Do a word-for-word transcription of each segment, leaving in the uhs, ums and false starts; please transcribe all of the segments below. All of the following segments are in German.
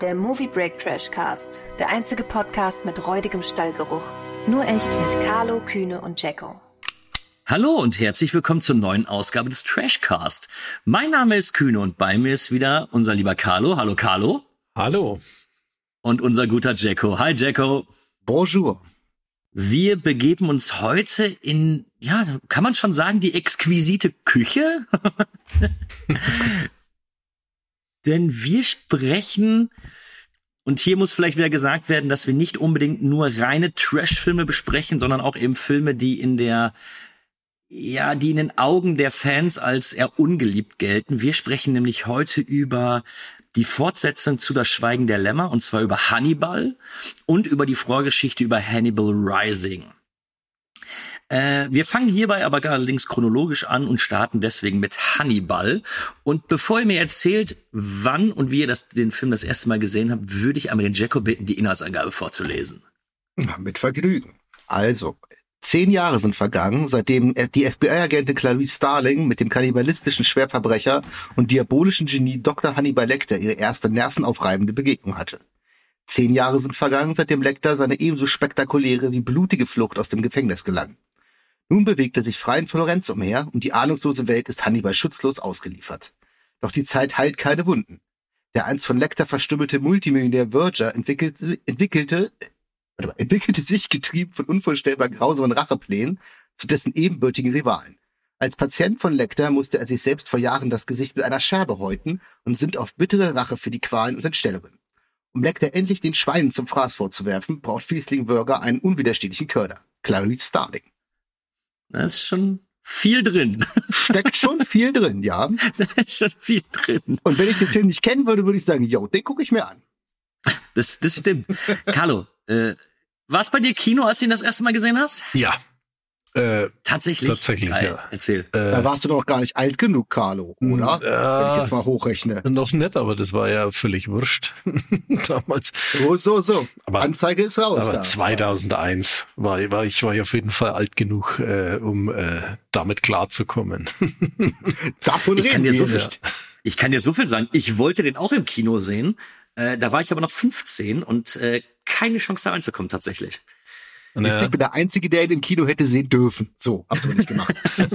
Der Movie Break Trash Cast. Der einzige Podcast mit räudigem Stallgeruch. Nur echt mit Carlo, Kühne und Jacko. Hallo und herzlich willkommen zur neuen Ausgabe des Trashcast. Mein Name ist Kühne und bei mir ist wieder unser lieber Carlo. Hallo Carlo. Hallo. Und unser guter Jacko. Hi Jacko. Bonjour. Wir begeben uns heute in, ja, kann man schon sagen, die exquisite Küche? Denn wir sprechen, und hier muss vielleicht wieder gesagt werden, dass wir nicht unbedingt nur reine Trash-Filme besprechen, sondern auch eben Filme, die in der, ja, die in den Augen der Fans als eher ungeliebt gelten. Wir sprechen nämlich heute über die Fortsetzung zu Das Schweigen der Lämmer, und zwar über Hannibal und über die Vorgeschichte über Hannibal Rising. Äh, wir fangen hierbei aber allerdings chronologisch an und starten deswegen mit Hannibal. Und bevor ihr mir erzählt, wann und wie ihr das, den Film das erste Mal gesehen habt, würde ich einmal den Jacko bitten, die Inhaltsangabe vorzulesen. Ja, mit Vergnügen. Also, zehn Jahre sind vergangen, seitdem die F B I-Agentin Clarice Starling mit dem kannibalistischen Schwerverbrecher und diabolischen Genie Doktor Hannibal Lecter ihre erste nervenaufreibende Begegnung hatte. Zehn Jahre sind vergangen, seitdem Lecter seine ebenso spektakuläre wie blutige Flucht aus dem Gefängnis gelang. Nun bewegt er sich frei in Florenz umher und die ahnungslose Welt ist Hannibal schutzlos ausgeliefert. Doch die Zeit heilt keine Wunden. Der einst von Lecter verstümmelte Multimillionär Verger entwickelte, entwickelte, entwickelte sich, getrieben von unvorstellbar grausamen Racheplänen, zu dessen ebenbürtigen Rivalen. Als Patient von Lecter musste er sich selbst vor Jahren das Gesicht mit einer Scherbe häuten und sinnt auf bittere Rache für die Qualen und Entstellungen. Um Lecter endlich den Schweinen zum Fraß vorzuwerfen, braucht Fiesling Verger einen unwiderstehlichen Köder. Clarice Starling. Da ist schon viel drin. Steckt schon viel drin, ja. Da ist schon viel drin. Und wenn ich den Film nicht kennen würde, würde ich sagen, yo, den gucke ich mir an. Das, das stimmt. Carlo, äh, war es bei dir Kino, als du ihn das erste Mal gesehen hast? Ja. Äh, Tatsächlich? Tatsächlich, Geil. ja. Erzähl. Äh, Da warst du doch gar nicht alt genug, Carlo, oder? Äh, wenn ich jetzt mal hochrechne. Noch nicht, aber das war ja völlig wurscht damals. So, so, so. Aber, Anzeige ist raus. aber da. zweitausendeins war, war ich war ich auf jeden Fall alt genug, äh, um äh, damit klarzukommen. Davon Ich reden kann dir wir so viel, nicht. ich kann dir so viel sagen. Ich wollte den auch im Kino sehen. Äh, da war ich aber noch fünfzehn und äh, keine Chance da reinzukommen tatsächlich. Naja. Ich bin der Einzige, der ihn im Kino hätte sehen dürfen. So, hab's aber nicht gemacht.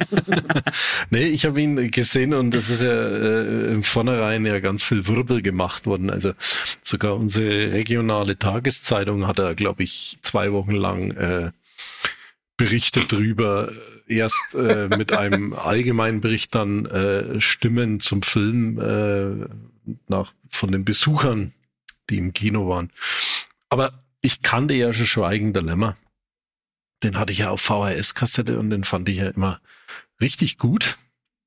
Nee, ich habe ihn gesehen und es ist ja äh, im Vornherein ja ganz viel Wirbel gemacht worden. Also sogar unsere regionale Tageszeitung hat er, glaube ich, zwei Wochen lang äh, berichtet drüber. Erst äh, mit einem allgemeinen Bericht, dann äh, Stimmen zum Film äh, nach von den Besuchern, die im Kino waren. Aber ich kannte ja schon Schweigen der Lämmer. Den hatte ich ja auf V H S-Kassette und den fand ich ja immer richtig gut.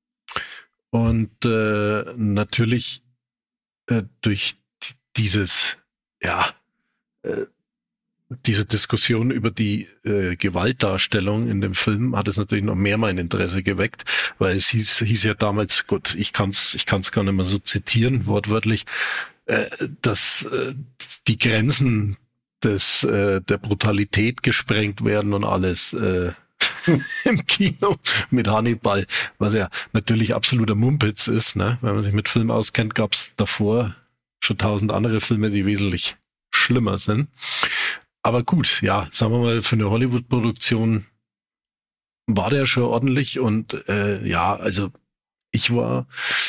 Und äh, natürlich äh, durch dieses, ja, äh, diese Diskussion über die äh, Gewaltdarstellung in dem Film hat es natürlich noch mehr mein Interesse geweckt, weil es hieß, hieß ja damals, gut, ich kann's, ich kann's gar nicht mehr so zitieren, wortwörtlich, äh, dass äh, die Grenzen des äh, der Brutalität gesprengt werden und alles äh, im Kino mit Hannibal, was ja natürlich absoluter Mumpitz ist, ne? Wenn man sich mit Film auskennt, gab es davor schon tausend andere Filme, die wesentlich schlimmer sind. Aber gut, ja, sagen wir mal, für eine Hollywood-Produktion war der schon ordentlich und äh, ja, also ich war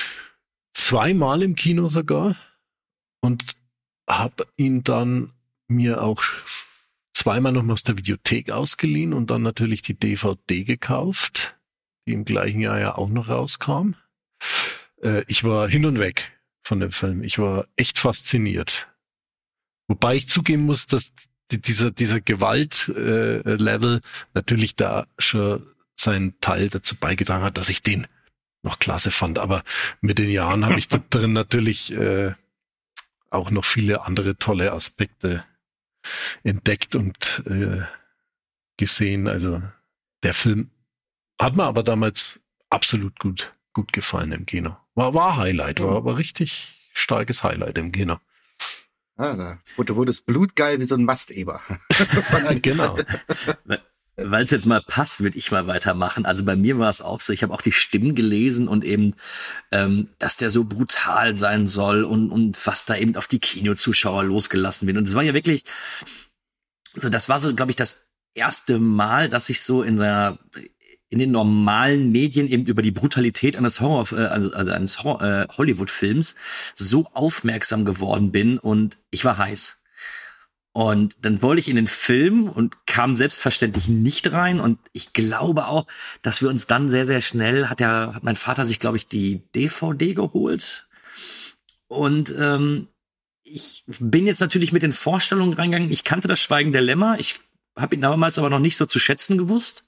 zweimal im Kino sogar und habe ihn dann mir auch zweimal noch mal aus der Videothek ausgeliehen und dann natürlich die D V D gekauft, die im gleichen Jahr ja auch noch rauskam. Äh, ich war hin und weg von dem Film. Ich war echt fasziniert. Wobei ich zugeben muss, dass die, dieser, dieser Gewalt-Level äh, natürlich da schon seinen Teil dazu beigetragen hat, dass ich den noch klasse fand. Aber mit den Jahren habe ich da drin natürlich äh, auch noch viele andere tolle Aspekte entdeckt und äh, gesehen. Also der Film hat mir aber damals absolut gut gut gefallen im Kino. War war Highlight, war aber richtig starkes Highlight im Kino. Ah, da wurde, wurde das Blut geil wie so ein Masteber. Genau. weil es jetzt mal passt, würde ich mal weitermachen. Also bei mir war es auch so, ich habe auch die Stimmen gelesen und eben, ähm, dass der so brutal sein soll und, und was da eben auf die Kinozuschauer losgelassen wird. Und es war ja wirklich, so das war so, glaube ich, das erste Mal, dass ich so in der in den normalen Medien eben über die Brutalität eines Horror, äh, also eines Horror, äh, Hollywood-Films so aufmerksam geworden bin und ich war heiß. Und dann wollte ich in den Film und kam selbstverständlich nicht rein. Und ich glaube auch, dass wir uns dann sehr, sehr schnell, hat der, hat mein Vater sich, glaube ich, die D V D geholt. Und ähm, ich bin jetzt natürlich mit den Vorstellungen reingegangen. Ich kannte das Schweigen der Lämmer. Ich habe ihn damals aber noch nicht so zu schätzen gewusst.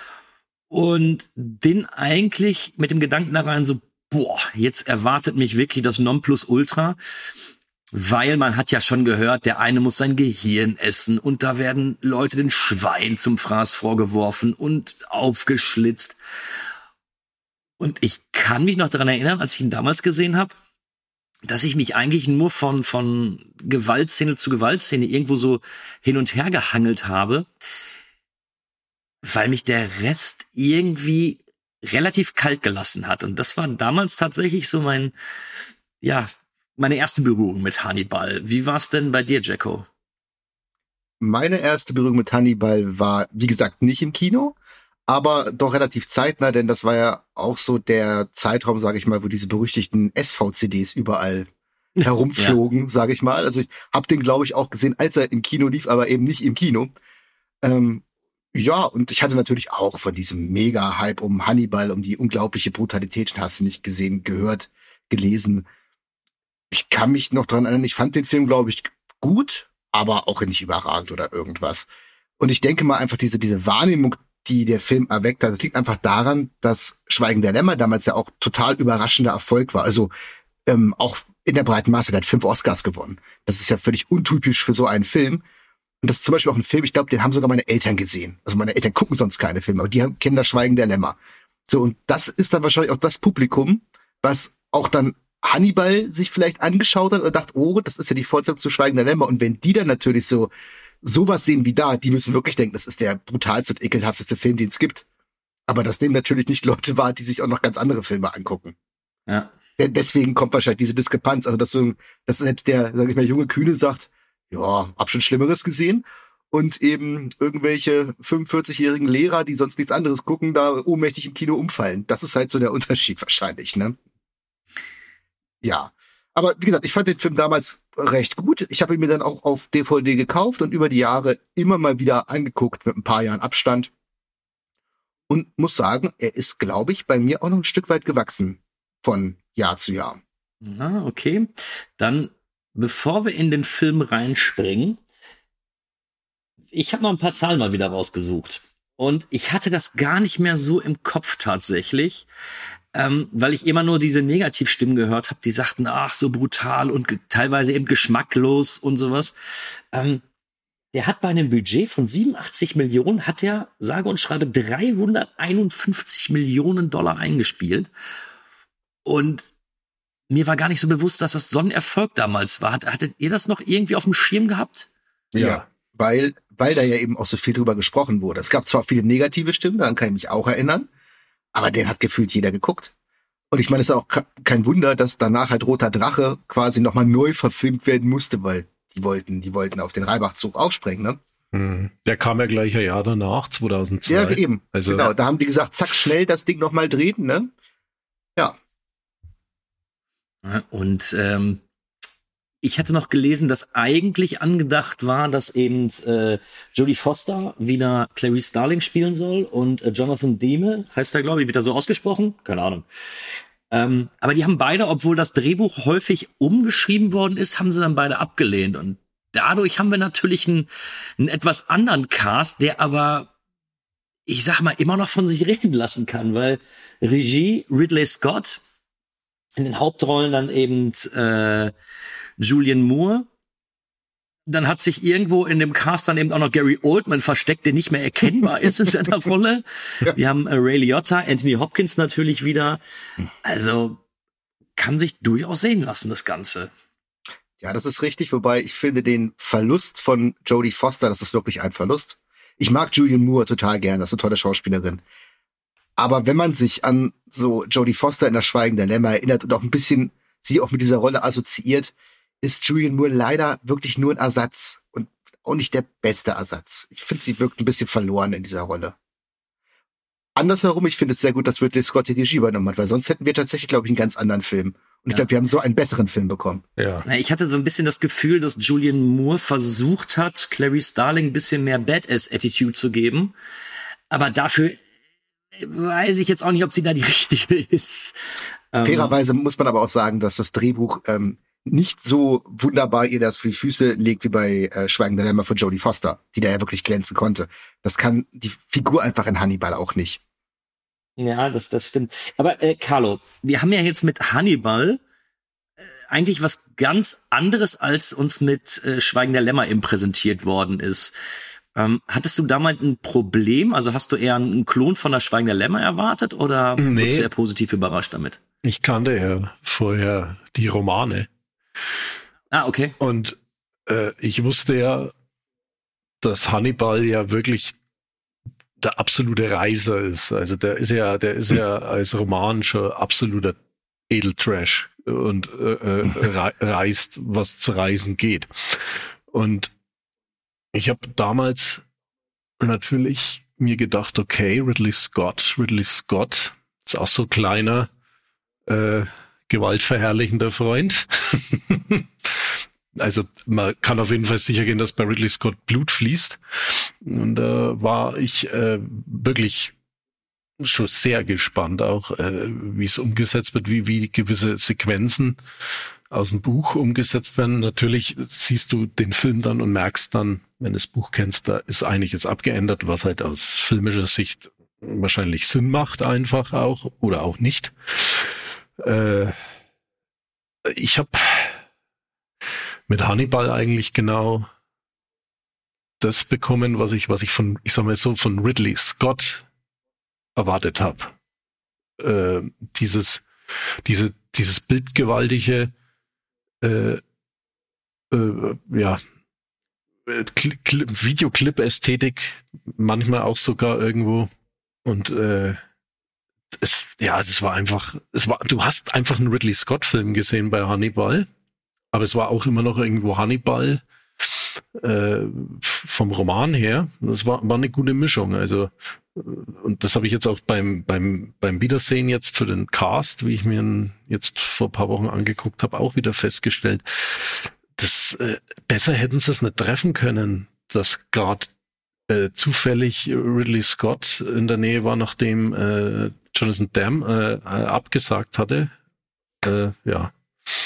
Und bin eigentlich mit dem Gedanken da rein so, boah, jetzt erwartet mich wirklich das Nonplusultra. Weil man hat ja schon gehört, der eine muss sein Gehirn essen und da werden Leute den Schwein zum Fraß vorgeworfen und aufgeschlitzt. Und ich kann mich noch daran erinnern, als ich ihn damals gesehen habe, dass ich mich eigentlich nur von von Gewaltszene zu Gewaltszene irgendwo so hin und her gehangelt habe, weil mich der Rest irgendwie relativ kalt gelassen hat. Und das war damals tatsächlich so mein, ja, meine erste Berührung mit Hannibal. Wie war es denn bei dir, Jacko? Meine erste Berührung mit Hannibal war, wie gesagt, nicht im Kino, aber doch relativ zeitnah, denn das war ja auch so der Zeitraum, sage ich mal, wo diese berüchtigten S V-C Ds überall herumflogen, ja. sage ich mal. Also ich habe den, glaube ich, auch gesehen, als er im Kino lief, aber eben nicht im Kino. Ähm, ja, und ich hatte natürlich auch von diesem Mega-Hype um Hannibal, um die unglaubliche Brutalität, hast du nicht gesehen, gehört, gelesen. Ich kann mich noch dran erinnern, ich fand den Film, glaube ich, gut, aber auch nicht überragend oder irgendwas. Und ich denke mal einfach, diese diese Wahrnehmung, die der Film erweckt hat, das liegt einfach daran, dass Schweigen der Lämmer damals ja auch total überraschender Erfolg war. Also ähm, auch in der breiten Masse, der hat fünf Oscars gewonnen. Das ist ja völlig untypisch für so einen Film. Und das ist zum Beispiel auch ein Film, ich glaube, den haben sogar meine Eltern gesehen. Also meine Eltern gucken sonst keine Filme, aber die haben, kennen das Schweigen der Lämmer. So, und das ist dann wahrscheinlich auch das Publikum, was auch dann Hannibal sich vielleicht angeschaut hat und dachte, oh, das ist ja die Fortsetzung zu Schweigen der Lämmer. Und wenn die dann natürlich so sowas sehen wie da, die müssen wirklich denken, das ist der brutalste und ekelhafteste Film, den es gibt. Aber das nehmen natürlich nicht Leute wahr, die sich auch noch ganz andere Filme angucken. Ja. Denn deswegen kommt wahrscheinlich diese Diskrepanz. Also, dass, so, dass selbst der, sag ich mal, junge Kühne sagt, ja, hab schon Schlimmeres gesehen. Und eben irgendwelche fünfundvierzigjährigen Lehrer, die sonst nichts anderes gucken, da ohnmächtig im Kino umfallen. Das ist halt so der Unterschied wahrscheinlich, ne? Ja, aber wie gesagt, ich fand den Film damals recht gut. Ich habe ihn mir dann auch auf D V D gekauft und über die Jahre immer mal wieder angeguckt mit ein paar Jahren Abstand. Und muss sagen, er ist, glaube ich, bei mir auch noch ein Stück weit gewachsen von Jahr zu Jahr. Ah, okay. Dann, bevor wir in den Film reinspringen, ich habe noch ein paar Zahlen mal wieder rausgesucht. Und ich hatte das gar nicht mehr so im Kopf tatsächlich. Ähm, weil ich immer nur diese Negativstimmen gehört habe, die sagten, ach, so brutal und ge- teilweise eben geschmacklos und sowas. Ähm, der hat bei einem Budget von siebenundachtzig Millionen, hat er, sage und schreibe, dreihunderteinundfünfzig Millionen Dollar eingespielt. Und mir war gar nicht so bewusst, dass das so ein Erfolg damals war. Hat, hattet ihr das noch irgendwie auf dem Schirm gehabt? Ja, ja, weil, weil da ja eben auch so viel drüber gesprochen wurde. Es gab zwar viele negative Stimmen, daran kann ich mich auch erinnern, aber den hat gefühlt jeder geguckt. Und ich meine, es ist auch kein Wunder, dass danach halt Roter Drache quasi nochmal neu verfilmt werden musste, weil die wollten, die wollten auf den Reibachzug aufsprengen, ne? Hm. Der kam ja gleich ein Jahr danach, zweitausendzwei. Ja, eben. Also, genau, da haben die gesagt, zack, schnell das Ding nochmal drehen, ne? Ja. Und ähm, ich hatte noch gelesen, dass eigentlich angedacht war, dass eben äh, Jodie Foster wieder Clarice Starling spielen soll und äh, Jonathan Demme, heißt er, glaube ich, wird er so ausgesprochen? Keine Ahnung. Ähm, aber die haben beide, obwohl das Drehbuch häufig umgeschrieben worden ist, haben sie dann beide abgelehnt. Und dadurch haben wir natürlich einen, einen etwas anderen Cast, der aber, ich sag mal, immer noch von sich reden lassen kann, weil Regie Ridley Scott, in den Hauptrollen dann eben äh, Julianne Moore. Dann hat sich irgendwo in dem Cast dann eben auch noch Gary Oldman versteckt, der nicht mehr erkennbar ist in seiner Rolle. Ja. Wir haben äh, Ray Liotta, Anthony Hopkins natürlich wieder. Also kann sich durchaus sehen lassen, das Ganze. Ja, das ist richtig, wobei ich finde den Verlust von Jodie Foster, das ist wirklich ein Verlust. Ich mag Julianne Moore total gern, das ist eine tolle Schauspielerin. Aber wenn man sich an so Jodie Foster in Das Schweigen der Lämmer erinnert und auch ein bisschen sie auch mit dieser Rolle assoziiert, ist Julianne Moore leider wirklich nur ein Ersatz und auch nicht der beste Ersatz. Ich finde, sie wirkt ein bisschen verloren in dieser Rolle. Andersherum, ich finde es sehr gut, dass Ridley Scott die Regie übernommen hat, weil sonst hätten wir tatsächlich, glaube ich, einen ganz anderen Film. Und ich Ja. glaube, wir haben so einen besseren Film bekommen. Ja. Na, ich hatte so ein bisschen das Gefühl, dass Julianne Moore versucht hat, Clarice Starling ein bisschen mehr Badass-Attitude zu geben. Aber dafür weiß ich jetzt auch nicht, ob sie da die richtige ist. Ähm, Fairerweise muss man aber auch sagen, dass das Drehbuch ähm, nicht so wunderbar ihr das für die Füße legt wie bei äh, Schweigen der Lämmer von Jodie Foster, die da ja wirklich glänzen konnte. Das kann die Figur einfach in Hannibal auch nicht. Ja, das, das stimmt. Aber äh, Carlo, wir haben ja jetzt mit Hannibal äh, eigentlich was ganz anderes, als uns mit äh, Schweigen der Lämmer eben präsentiert worden ist. Ähm, hattest du damals ein Problem? Also hast du eher einen Klon von der Schweigen der Lämmer erwartet oder Nee. warst du eher positiv überrascht damit? Ich kannte ja vorher die Romane. Ah, okay. Und äh, ich wusste ja, dass Hannibal ja wirklich der absolute Reiser ist. Also der ist ja, der ist ja als Roman schon absoluter Edeltrash und äh, äh, rei- reist, was zu reisen geht. Und ich habe damals natürlich mir gedacht, okay, Ridley Scott, Ridley Scott ist auch so ein kleiner, äh, gewaltverherrlichender Freund. Also man kann auf jeden Fall sicher gehen, dass bei Ridley Scott Blut fließt. Und da äh, war ich äh, wirklich schon sehr gespannt auch, äh, wie es umgesetzt wird, wie, wie gewisse Sequenzen aus dem Buch umgesetzt werden. Natürlich siehst du den Film dann und merkst dann, wenn du das Buch kennst, da ist einiges abgeändert, was halt aus filmischer Sicht wahrscheinlich Sinn macht einfach auch oder auch nicht. Äh, ich habe mit Hannibal eigentlich genau das bekommen, was ich, was ich von, ich sag mal so, von Ridley Scott erwartet habe. Äh, dieses, diese, dieses bildgewaltige, äh, äh, ja, Cl- Cl- Videoclip-Ästhetik, manchmal auch sogar irgendwo. Und äh, es, ja, es war einfach, es war, du hast einfach einen Ridley Scott-Film gesehen bei Hannibal, aber es war auch immer noch irgendwo Hannibal äh, vom Roman her. Das war, war eine gute Mischung. Also, und das habe ich jetzt auch beim, beim, beim Wiedersehen jetzt für den Cast, wie ich mir ihn jetzt vor ein paar Wochen angeguckt habe, auch wieder festgestellt. Das, äh, besser hätten sie es nicht treffen können, dass gerade äh, zufällig Ridley Scott in der Nähe war, nachdem äh, Jonathan Demme äh, abgesagt hatte. Äh, ja,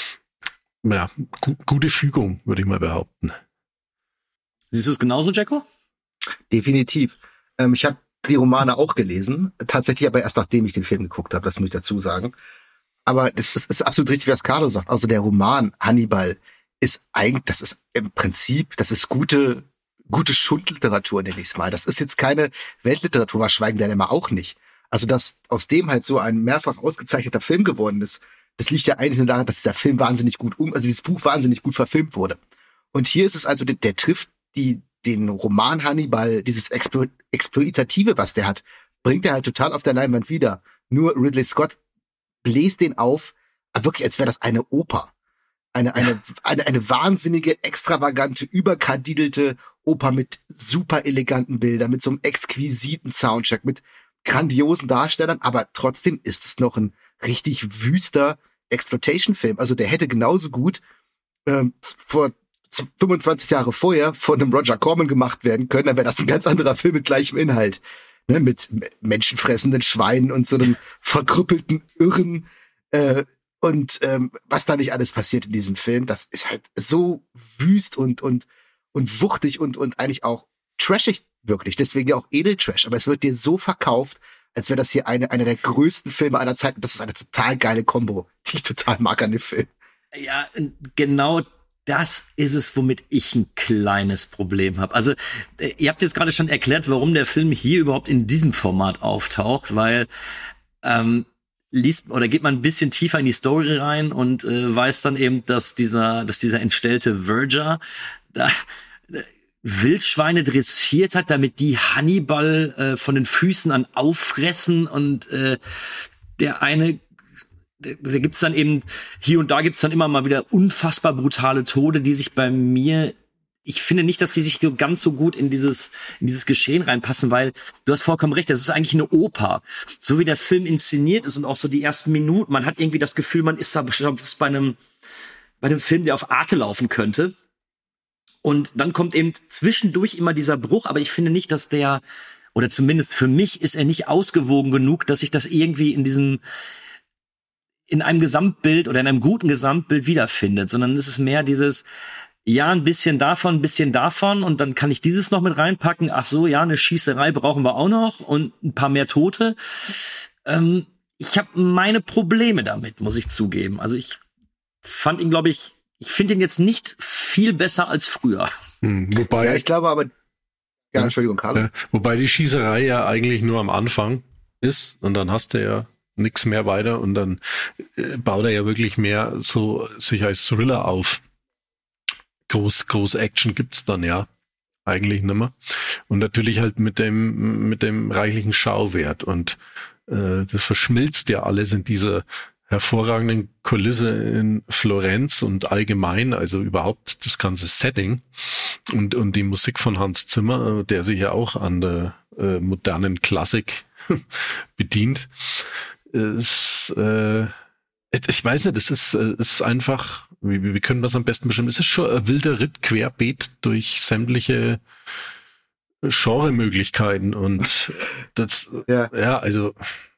ja, gu- gute Fügung, würde ich mal behaupten. Siehst du es genauso, Jacko? Definitiv. Ähm, ich habe die Romane auch gelesen, tatsächlich aber erst nachdem ich den Film geguckt habe, das muss ich dazu sagen. Aber es ist, ist absolut richtig, was Carlo sagt. Also der Roman Hannibal ist eigentlich, das ist im Prinzip, das ist gute, gute Schundliteratur, nenne ich es mal. Das ist jetzt keine Weltliteratur, was Schweigen der Lämmer auch nicht. Also dass aus dem halt so ein mehrfach ausgezeichneter Film geworden ist, das liegt ja eigentlich nur daran, dass dieser Film wahnsinnig gut um, also dieses Buch wahnsinnig gut verfilmt wurde. Und hier ist es also, der, der trifft die, den Roman Hannibal, dieses Explo Exploitative, was der hat, bringt er halt total auf der Leinwand wieder. Nur Ridley Scott bläst den auf, wirklich als wäre das eine Oper. Eine, eine, eine, eine wahnsinnige, extravagante, überkadidelte Oper mit super eleganten Bildern, mit so einem exquisiten Soundtrack, mit grandiosen Darstellern, aber trotzdem ist es noch ein richtig wüster Exploitation-Film. Also der hätte genauso gut ähm, vor fünfundzwanzig Jahre vorher von einem Roger Corman gemacht werden können, dann wäre das ein ganz anderer Film mit gleichem Inhalt. Ne, mit menschenfressenden Schweinen und so einem verkrüppelten Irren äh, und ähm, was da nicht alles passiert in diesem Film, das ist halt so wüst und und und wuchtig und und eigentlich auch trashig wirklich, deswegen ja auch Edeltrash, aber es wird dir so verkauft, als wäre das hier eine einer der größten Filme aller Zeiten. Das ist eine total geile Kombo, die ich total mag an dem Film. Ja, genau das ist es, womit ich ein kleines Problem habe. Also, äh, ihr habt jetzt gerade schon erklärt, warum der Film hier überhaupt in diesem Format auftaucht, weil ähm, liest oder geht man ein bisschen tiefer in die Story rein und äh, weiß dann eben, dass dieser, dass dieser entstellte Verger da Wildschweine dressiert hat, damit die Hannibal äh, von den Füßen an auffressen und äh, der eine, da gibt's dann eben, hier und da gibt's dann immer mal wieder unfassbar brutale Tode, die sich bei mir, ich finde nicht, dass die sich ganz so gut in dieses, in dieses Geschehen reinpassen, weil du hast vollkommen recht, das ist eigentlich eine Oper. So wie der Film inszeniert ist und auch so die ersten Minuten, man hat irgendwie das Gefühl, man ist da bei einem, bei einem Film, der auf Arte laufen könnte. Und dann kommt eben zwischendurch immer dieser Bruch, aber ich finde nicht, dass der, oder zumindest für mich ist er nicht ausgewogen genug, dass ich das irgendwie in diesem, in einem Gesamtbild oder in einem guten Gesamtbild wiederfindet, sondern es ist mehr dieses, ja, ein bisschen davon, ein bisschen davon und dann kann ich dieses noch mit reinpacken. Ach so, ja, eine Schießerei brauchen wir auch noch und ein paar mehr Tote. Ähm, ich habe meine Probleme damit, muss ich zugeben. Also ich fand ihn, glaube ich, ich finde ihn jetzt nicht viel besser als früher. Hm, wobei, ja, ich glaube aber, ja, Entschuldigung, Carlo. Ja, wobei die Schießerei ja eigentlich nur am Anfang ist und dann hast du ja nichts mehr weiter und dann äh, baut er ja wirklich mehr so sich als Thriller auf. Groß, groß Action gibt's dann ja eigentlich nimmer. Und natürlich halt mit dem, mit dem reichlichen Schauwert. Und äh, das verschmilzt ja alles in dieser hervorragenden Kulisse in Florenz und allgemein, also überhaupt das ganze Setting. Und, und die Musik von Hans Zimmer, der sich ja auch an der äh, modernen Klassik bedient. Ist, äh, ich weiß nicht, es ist, es ist einfach, wie, wie können wir es am besten bestimmen? Es ist schon ein wilder Ritt querbeet durch sämtliche Genremöglichkeiten und das, ja, ja also.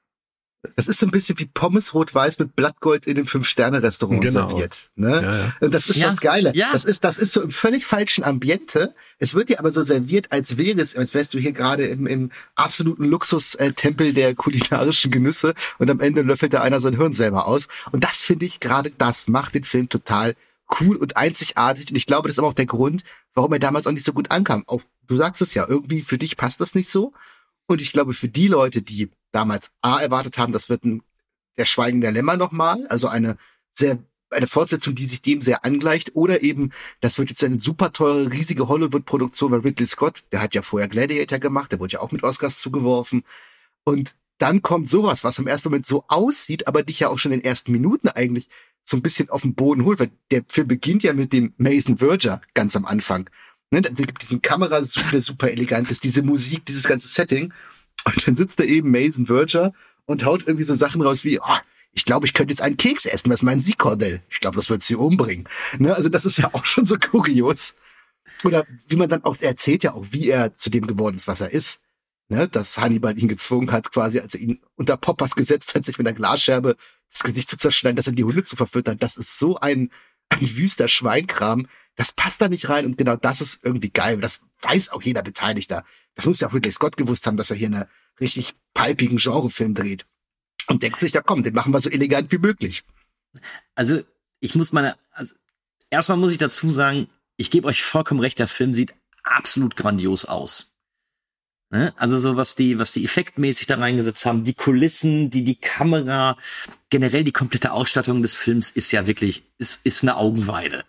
Das ist so ein bisschen wie Pommes rot-weiß mit Blattgold in dem Fünf-Sterne-Restaurant genau. serviert. Ne? Ja, ja. Und das ist ja, das Geile. Ja. Das ist, das ist so im völlig falschen Ambiente. Es wird dir aber so serviert, als wäre es, als wärst du hier gerade im, im absoluten Luxus-Tempel der kulinarischen Genüsse und am Ende löffelt da einer sein Hirn selber aus. Und das finde ich, gerade das macht den Film total cool und einzigartig. Und ich glaube, das ist aber auch der Grund, warum er damals auch nicht so gut ankam. Auch, du sagst es ja, irgendwie für dich passt das nicht so. Und ich glaube, für die Leute, die damals A erwartet haben, das wird ein Der Schweigen der Lämmer nochmal, also eine sehr eine Fortsetzung, die sich dem sehr angleicht, oder eben, das wird jetzt eine super teure, riesige Hollywood-Produktion bei Ridley Scott, der hat ja vorher Gladiator gemacht, der wurde ja auch mit Oscars zugeworfen. Und dann kommt sowas, was im ersten Moment so aussieht, aber dich ja auch schon in den ersten Minuten eigentlich so ein bisschen auf den Boden holt, weil der Film beginnt ja mit dem Mason Verger ganz am Anfang. Ne, da gibt diesen Kamerazoom, der super elegant ist, diese Musik, dieses ganze Setting. Und dann sitzt da eben Mason Verger und haut irgendwie so Sachen raus wie, oh, ich glaube, ich könnte jetzt einen Keks essen, was meint Sie, Cordell? Ich glaube, das wird Sie umbringen. Ne, also das ist ja auch schon so kurios. Oder wie man dann auch, er erzählt ja auch, wie er zu dem geworden ist, was er ist. Ne, dass Hannibal ihn gezwungen hat, quasi, als er ihn unter Poppers gesetzt hat, sich mit einer Glasscherbe das Gesicht zu zerschneiden, dass er die Hunde zu verfüttern. Das ist so ein, ein wüster Schweinkram. Das passt da nicht rein und genau das ist irgendwie geil. Das weiß auch jeder Beteiligter. Das muss ja auch Ridley Scott gewusst haben, dass er hier einen richtig palpigen Genrefilm dreht. Und denkt sich, ja komm, den machen wir so elegant wie möglich. Also ich muss meine, also erstmal muss ich dazu sagen, ich gebe euch vollkommen recht, der Film sieht absolut grandios aus. Ne? Also so was die, was die effektmäßig da reingesetzt haben, die Kulissen, die, die Kamera, generell die komplette Ausstattung des Films ist ja wirklich, ist, ist eine Augenweide.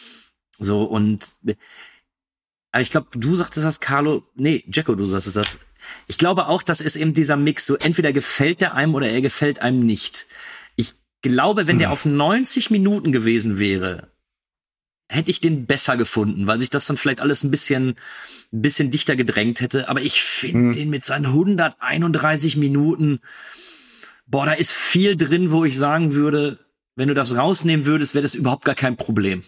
So, und aber ich glaube, du sagtest das, Carlo, nee, Jacko, du sagtest das. Ich glaube auch, das ist eben dieser Mix, so entweder gefällt der einem oder er gefällt einem nicht. Ich glaube, wenn hm. der auf neunzig Minuten gewesen wäre, hätte ich den besser gefunden, weil sich das dann vielleicht alles ein bisschen, ein bisschen dichter gedrängt hätte. Aber ich finde hm. den mit seinen hunderteinunddreißig Minuten, boah, da ist viel drin, wo ich sagen würde, wenn du das rausnehmen würdest, wäre das überhaupt gar kein Problem.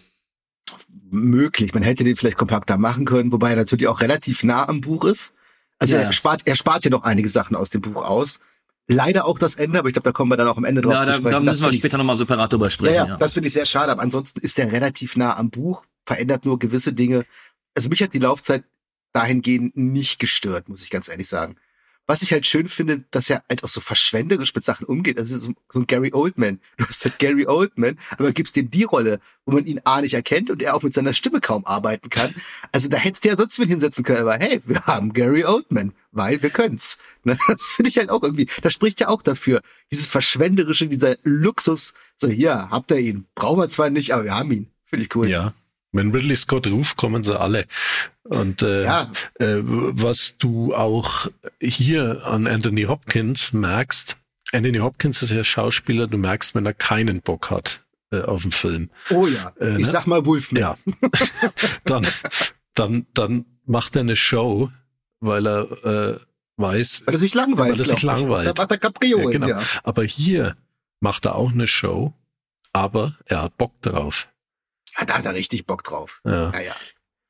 Möglich. Man hätte den vielleicht kompakter machen können, wobei er natürlich auch relativ nah am Buch ist. Also ja. er spart, er spart ja noch einige Sachen aus dem Buch aus. Leider auch das Ende, aber ich glaube, da kommen wir dann auch am Ende drauf ja, zu da, sprechen. Da müssen wir später nochmal separat drüber sprechen. Ja, ja, ja. Das finde ich sehr schade, aber ansonsten ist er relativ nah am Buch, verändert nur gewisse Dinge. Also mich hat die Laufzeit dahingehend nicht gestört, muss ich ganz ehrlich sagen. Was ich halt schön finde, dass er halt auch so verschwenderisch mit Sachen umgeht. Also so, so ein Gary Oldman. Du hast halt Gary Oldman, aber gibst dem die Rolle, wo man ihn A nicht erkennt und er auch mit seiner Stimme kaum arbeiten kann. Also da hättest du ja sonst wen hinsetzen können, aber hey, wir haben Gary Oldman, weil wir können's. Das finde ich halt auch irgendwie, das spricht ja auch dafür. Dieses Verschwenderische, dieser Luxus. So, hier, habt ihr ihn. Brauchen wir zwar nicht, aber wir haben ihn. Finde ich cool. Ja, Wenn Ridley Scott ruft, kommen sie alle. Und äh, Ja. äh, was du auch hier an Anthony Hopkins merkst, Anthony Hopkins ist ja Schauspieler, du merkst, wenn er keinen Bock hat äh, auf den Film. Oh ja, Äh, ich ne? sag mal Wolfman. Ja. dann, dann, dann macht er eine Show, weil er äh, weiß, Weil er sich langweilt. Weil er sich glaub ich. langweilt. Da macht er Capriolen, Ja, genau. ja. Aber hier macht er auch eine Show, aber er hat Bock drauf. Ja, da hat er richtig Bock drauf. Ja. Ja, ja.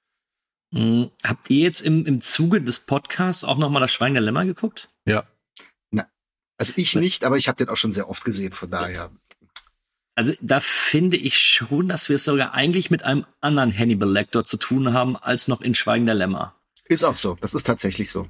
Mhm. Habt ihr jetzt im, im Zuge des Podcasts auch noch mal das Schweigen der Lämmer geguckt? Ja. Also ich nicht, aber ich habe den auch schon sehr oft gesehen, von daher. Also da finde ich schon, dass wir es sogar eigentlich mit einem anderen Hannibal Lecter zu tun haben, als noch in Schweigen der Lämmer. Ist auch so. Das ist tatsächlich so.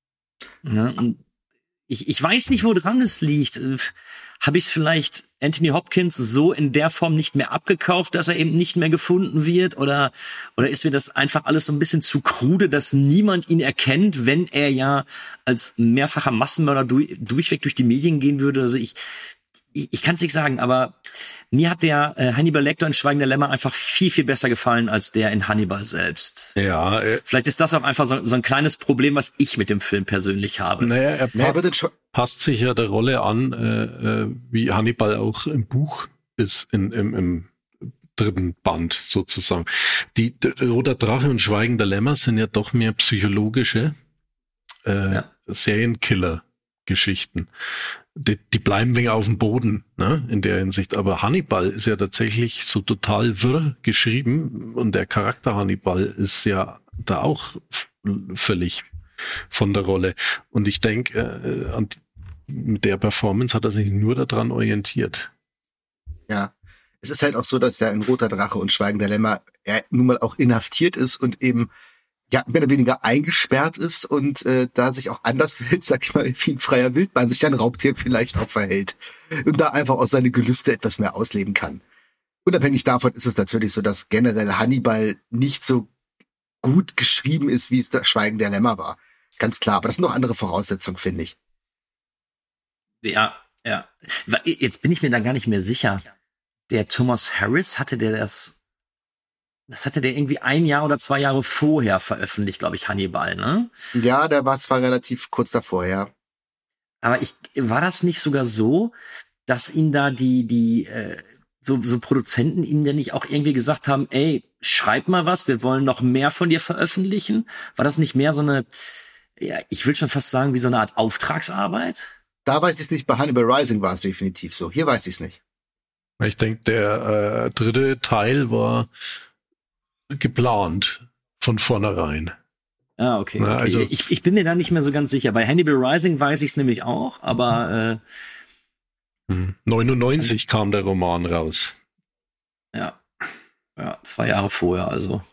Ne? Und ich, ich weiß nicht, woran es liegt. Äh, Habe ich es vielleicht Anthony Hopkins so in der Form nicht mehr abgekauft, dass er eben nicht mehr gefunden wird? Oder, oder ist mir das einfach alles so ein bisschen zu krude, dass niemand ihn erkennt, wenn er ja als mehrfacher Massenmörder durch, durchweg durch die Medien gehen würde? Also ich, ich, ich kann es nicht sagen, aber mir hat der äh, Hannibal Lecter in Schweigen der Lämmer einfach viel, viel besser gefallen als der in Hannibal selbst. Ja, äh, Vielleicht ist das auch einfach so, so ein kleines Problem, was ich mit dem Film persönlich habe. naja, er Nee, er pa wird jetzt schon, passt sich ja der Rolle an, äh, äh, wie Hannibal auch im Buch ist, in, im, im dritten Band sozusagen. Die, der Roter Drache und Schweigen der Lämmer sind ja doch mehr psychologische äh, Ja. Serienkiller-Geschichten. Die, die bleiben wegen auf dem Boden, ne, in der Hinsicht. Aber Hannibal ist ja tatsächlich so total wirr geschrieben und der Charakter Hannibal ist ja da auch f- völlig von der Rolle. Und ich denke, äh, an mit der Performance hat er sich nur daran orientiert. ja. Es ist halt auch so, dass ja in Roter Drache und Schweigen der Lämmer er nun mal auch inhaftiert ist und eben ja mehr oder weniger eingesperrt ist und äh, da sich auch anders verhält, sag ich mal, wie ein freier Wildbahn sich ein Raubtier vielleicht auch verhält und da einfach auch seine Gelüste etwas mehr ausleben kann. Unabhängig davon ist es natürlich so, dass generell Hannibal nicht so gut geschrieben ist, wie es das Schweigen der Lämmer war. Ganz klar, aber das sind noch andere Voraussetzungen, finde ich. Ja, ja. Jetzt bin ich mir da gar nicht mehr sicher. Der Thomas Harris, hatte der das, das hatte der irgendwie ein Jahr oder zwei Jahre vorher veröffentlicht, glaube ich, Hannibal, ne? Ja, der war zwar relativ kurz davor, ja. Aber ich, war das nicht sogar so, dass ihn da die, die, äh, so, so Produzenten ihm denn nicht auch irgendwie gesagt haben, ey, schreib mal was, wir wollen noch mehr von dir veröffentlichen? War das nicht mehr so eine, ja, ich will schon fast sagen, wie so eine Art Auftragsarbeit? Da weiß ich es nicht, bei Hannibal Rising war es definitiv so. Hier weiß ich es nicht. Ich denke, der äh, dritte Teil war geplant von vornherein. Ah, okay. Na, okay. also- ich, ich bin mir da nicht mehr so ganz sicher. Bei Hannibal Rising weiß ich es nämlich auch, aber äh, Hm. neunundneunzig kam der Roman raus. ja, ja, zwei Jahre vorher also.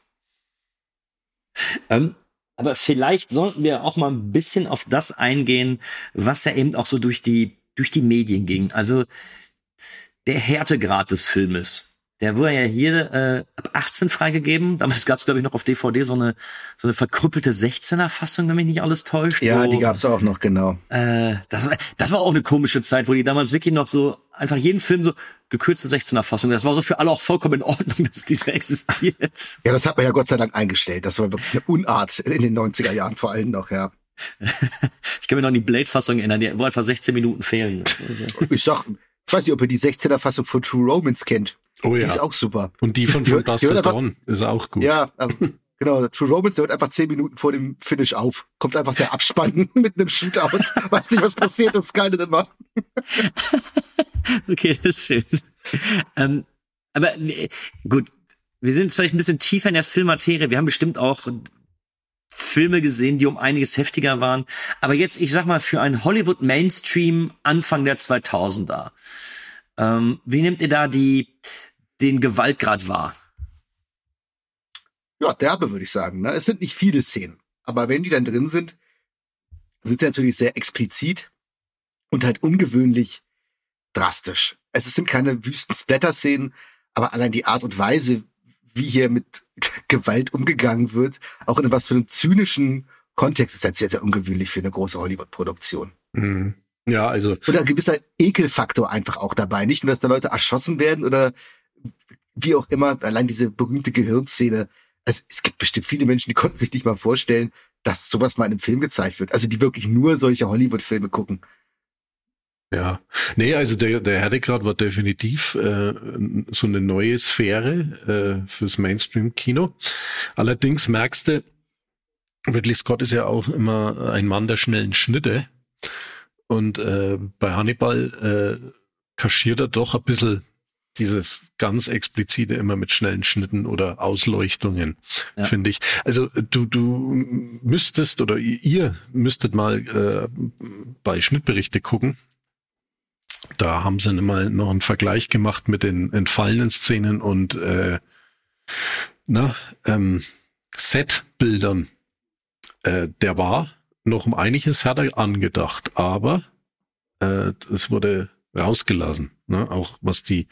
Ähm, aber vielleicht sollten wir auch mal ein bisschen auf das eingehen, was ja eben auch so durch die durch die Medien ging. Also der Härtegrad des Filmes. Der wurde ja hier äh, ab achtzehn freigegeben. Damals gab es, glaube ich, noch auf D V D so eine so eine verkrüppelte sechzehner-Fassung, wenn mich nicht alles täuscht. Ja, wo, die gab's auch noch, genau. Äh, das, war, das war auch eine komische Zeit, wo die damals wirklich noch so einfach jeden Film so gekürzte sechzehner-Fassung. Das war so für alle auch vollkommen in Ordnung, dass diese existiert. Ja, das hat man ja Gott sei Dank eingestellt. Das war wirklich eine Unart in den neunziger Jahren vor allem noch, ja. Ich kann mir noch an die Blade-Fassung erinnern, die, wo einfach sechzehn Minuten fehlen. Ich sag, ich weiß nicht, ob ihr die sechzehner-Fassung von True Romance kennt. Oh Die ja. ist auch super. Und die von Die- From die Dusk hört Till einfach- Dawn ist auch gut. Ja, aber, genau. True Romance, der hört einfach zehn Minuten vor dem Finish auf. Kommt einfach der Abspann mit einem Shootout. Weiß nicht, was passiert, das ist keine immer. Okay, das ist schön. Ähm, aber äh, gut, wir sind jetzt vielleicht ein bisschen tiefer in der Filmmaterie. Wir haben bestimmt auch Filme gesehen, die um einiges heftiger waren. Aber jetzt, ich sag mal, für einen Hollywood-Mainstream Anfang der zweitausender. Ähm, wie nehmt ihr da die den Gewaltgrad wahr? Ja, derbe, würde ich sagen. Ne? Es sind nicht viele Szenen. Aber wenn die dann drin sind, sind sie natürlich sehr explizit und halt ungewöhnlich drastisch. Es sind keine wüsten Splatter-Szenen, aber allein die Art und Weise, wie hier mit Gewalt umgegangen wird, auch in was für einem zynischen Kontext, ist halt sehr, sehr ungewöhnlich für eine große Hollywood-Produktion. Mhm. Ja, also Und ein gewisser Ekelfaktor einfach auch dabei. Nicht nur, dass da Leute erschossen werden oder wie auch immer, allein diese berühmte Gehirnszene. Also es gibt bestimmt viele Menschen, die konnten sich nicht mal vorstellen, dass sowas mal in einem Film gezeigt wird. Also die wirklich nur solche Hollywood-Filme gucken. Ja, nee, also der, der Härtegrad war definitiv äh, so eine neue Sphäre äh, fürs Mainstream-Kino. Allerdings merkst du, Ridley Scott ist ja auch immer ein Mann der schnellen Schnitte. Und äh, bei Hannibal äh, kaschiert er doch ein bisschen dieses ganz explizite immer mit schnellen Schnitten oder Ausleuchtungen, ja. finde ich. Also du du müsstest oder ihr müsstet mal äh, bei Schnittberichte gucken. Da haben sie mal noch einen Vergleich gemacht mit den entfallenen Szenen und äh, na, ähm, Setbildern. Äh, der war noch um einiges härter angedacht, aber äh, es wurde rausgelassen, ne? Auch was die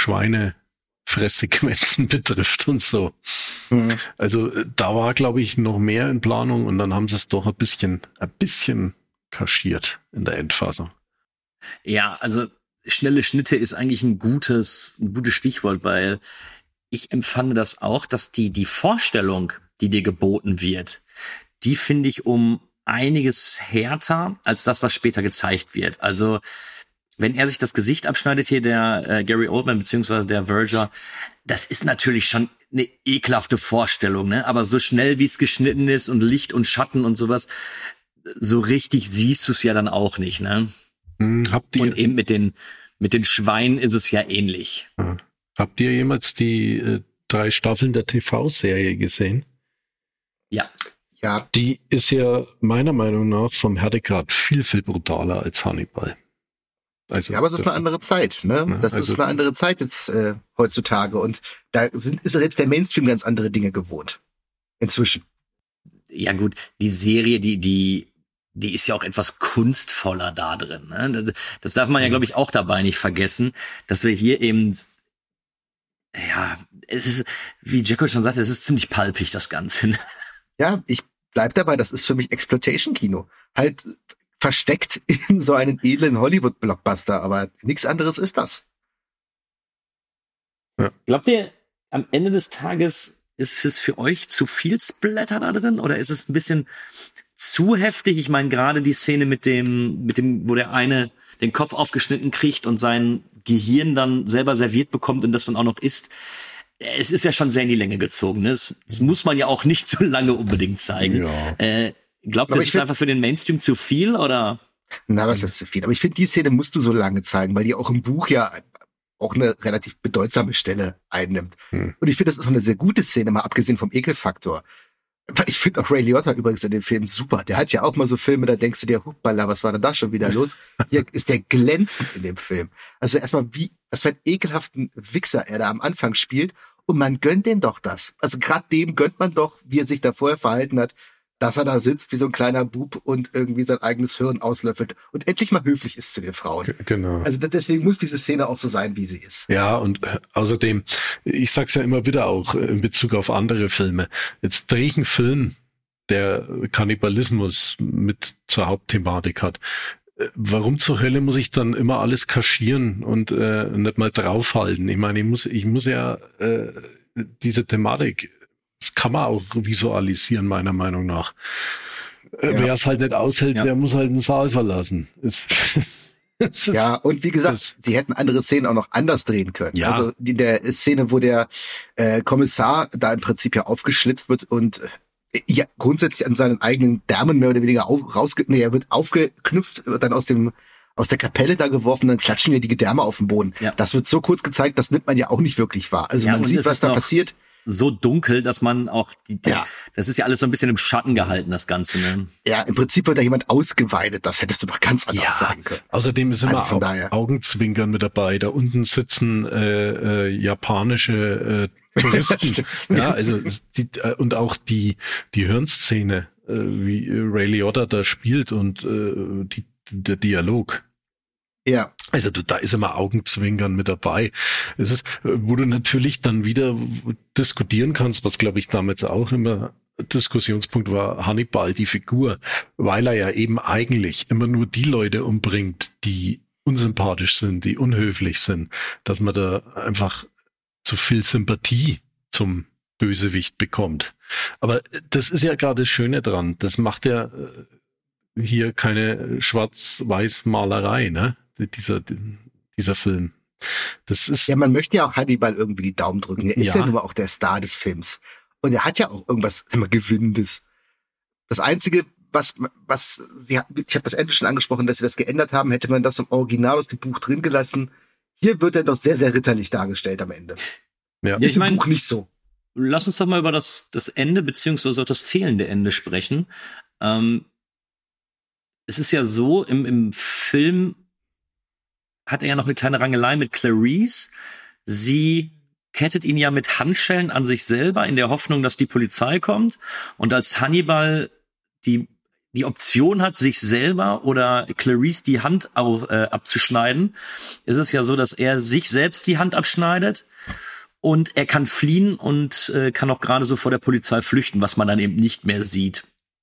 Schweinefresssequenzen betrifft und so. Mhm. Also da war, glaube ich, noch mehr in Planung und dann haben sie es doch ein bisschen, ein bisschen kaschiert in der Endphase. Ja, also schnelle Schnitte ist eigentlich ein gutes, ein gutes Stichwort, weil ich empfand das auch, dass die, die Vorstellung, die dir geboten wird, die finde ich um einiges härter als das, was später gezeigt wird. Also wenn er sich das Gesicht abschneidet hier, der äh, Gary Oldman beziehungsweise der Verger, das ist natürlich schon eine ekelhafte Vorstellung, ne? Aber so schnell wie es geschnitten ist und Licht und Schatten und sowas, so richtig siehst du es ja dann auch nicht, ne? Hm, habt ihr und eben mit den mit den Schweinen ist es ja ähnlich. Ja. Habt ihr jemals die äh, drei Staffeln der T V-Serie gesehen? Ja. Ja. Die ist ja meiner Meinung nach vom Härtegrad viel, viel brutaler als Hannibal. Also, ja, aber es ist eine andere Zeit, ne? Ja, das also, ist eine andere Zeit jetzt äh, heutzutage und da sind ist selbst der Mainstream ganz andere Dinge gewohnt. Inzwischen. Ja gut, die Serie, die die die ist ja auch etwas kunstvoller da drin. Ne? Das darf man ja, glaube ich, auch dabei nicht vergessen, dass wir hier eben, ja, es ist, wie Jacko schon sagte, es ist ziemlich palpig, das Ganze. Ja, ich bleib dabei, das ist für mich Exploitation-Kino. Halt versteckt in so einen edlen Hollywood-Blockbuster, aber nichts anderes ist das. Ja. Glaubt ihr, am Ende des Tages ist es für euch zu viel Splatter da drin oder ist es ein bisschen zu heftig? Ich meine, gerade die Szene mit dem, mit dem, wo der eine den Kopf aufgeschnitten kriegt und sein Gehirn dann selber serviert bekommt und das dann auch noch isst. Es ist ja schon sehr in die Länge gezogen. Ne? Das, das muss man ja auch nicht so lange unbedingt zeigen. Ja. Äh, glaubt ihr, das ist einfach für den Mainstream zu viel, oder? Na, was ist zu viel? Aber ich finde, die Szene musst du so lange zeigen, weil die auch im Buch ja auch eine relativ bedeutsame Stelle einnimmt. Hm. Und ich finde, das ist auch eine sehr gute Szene, mal abgesehen vom Ekelfaktor. Ich finde auch Ray Liotta übrigens in dem Film super. Der hat ja auch mal so Filme, da denkst du dir, huppala, was war denn da schon wieder los? Hier ist der glänzend in dem Film. Also erstmal, wie, was für einen ekelhaften Wichser er da am Anfang spielt. Und man gönnt dem doch das. Also gerade dem gönnt man doch, wie er sich da vorher verhalten hat, dass er da sitzt wie so ein kleiner Bub und irgendwie sein eigenes Hirn auslöffelt und endlich mal höflich ist zu den Frauen. Genau. Also deswegen muss diese Szene auch so sein, wie sie ist. Ja, und außerdem, ich sag's ja immer wieder auch in Bezug auf andere Filme, jetzt drehe ich einen Film, der Kannibalismus mit zur Hauptthematik hat. Warum zur Hölle muss ich dann immer alles kaschieren und äh, nicht mal draufhalten? Ich meine, ich muss, ich muss ja äh, diese Thematik, das kann man auch visualisieren, meiner Meinung nach. Äh, ja. Wer es halt nicht aushält, ja. der muss halt den Saal verlassen. Es, es ist, ja, und wie gesagt, das, sie hätten andere Szenen auch noch anders drehen können. Ja. Also in der Szene, wo der äh, Kommissar da im Prinzip ja aufgeschlitzt wird und äh, ja grundsätzlich an seinen eigenen Därmen mehr oder weniger auf, rausge... Nee, er wird aufgeknüpft, wird dann aus dem aus der Kapelle da geworfen, dann klatschen ja die Gedärme auf den Boden. Ja. Das wird so kurz gezeigt, das nimmt man ja auch nicht wirklich wahr. Also ja, man sieht, was da passiert. So dunkel, dass man auch, die, ja. das ist ja alles so ein bisschen im Schatten gehalten, das Ganze. Ne? Ja, im Prinzip wird da jemand ausgeweidet, das hättest du doch ganz anders ja. sagen können. Außerdem ist immer also Au- Augenzwinkern mit dabei. Da unten sitzen äh, äh, japanische äh, Touristen. ja, also die, äh, und auch die die Hirnszene, äh, wie Ray Liotta da spielt und äh, die, der Dialog. Ja. Also du, da ist immer Augenzwinkern mit dabei. Es ist, wo du natürlich dann wieder diskutieren kannst, was glaube ich damals auch immer Diskussionspunkt war, Hannibal, die Figur, weil er ja eben eigentlich immer nur die Leute umbringt, die unsympathisch sind, die unhöflich sind, dass man da einfach zu viel Sympathie zum Bösewicht bekommt. Aber das ist ja gerade das Schöne dran. Das macht ja hier keine Schwarz-Weiß-Malerei, ne? Dieser, dieser Film. Das ist. Ja, man möchte ja auch Hannibal irgendwie die Daumen drücken. Er ist ja, Ja. nun mal auch der Star des Films. Und er hat ja auch irgendwas immer Gewinnendes. Das Einzige, was, was, sie hat, ich habe das Ende schon angesprochen, dass sie das geändert haben, hätte man das im Original aus dem Buch drin gelassen. Hier wird er doch sehr, sehr ritterlich dargestellt am Ende. Ja. Ja, Ist ich im mein- Buch nicht so. Lass uns doch mal über das, das Ende beziehungsweise auch das fehlende Ende sprechen. Ähm, es ist ja so, im, im Film hat er ja noch eine kleine Rangelei mit Clarice. Sie kettet ihn ja mit Handschellen an sich selber in der Hoffnung, dass die Polizei kommt. Und als Hannibal die, die Option hat, sich selber oder Clarice die Hand au, äh, abzuschneiden, ist es ja so, dass er sich selbst die Hand abschneidet. Und er kann fliehen und äh, kann auch gerade so vor der Polizei flüchten, was man dann eben nicht mehr sieht.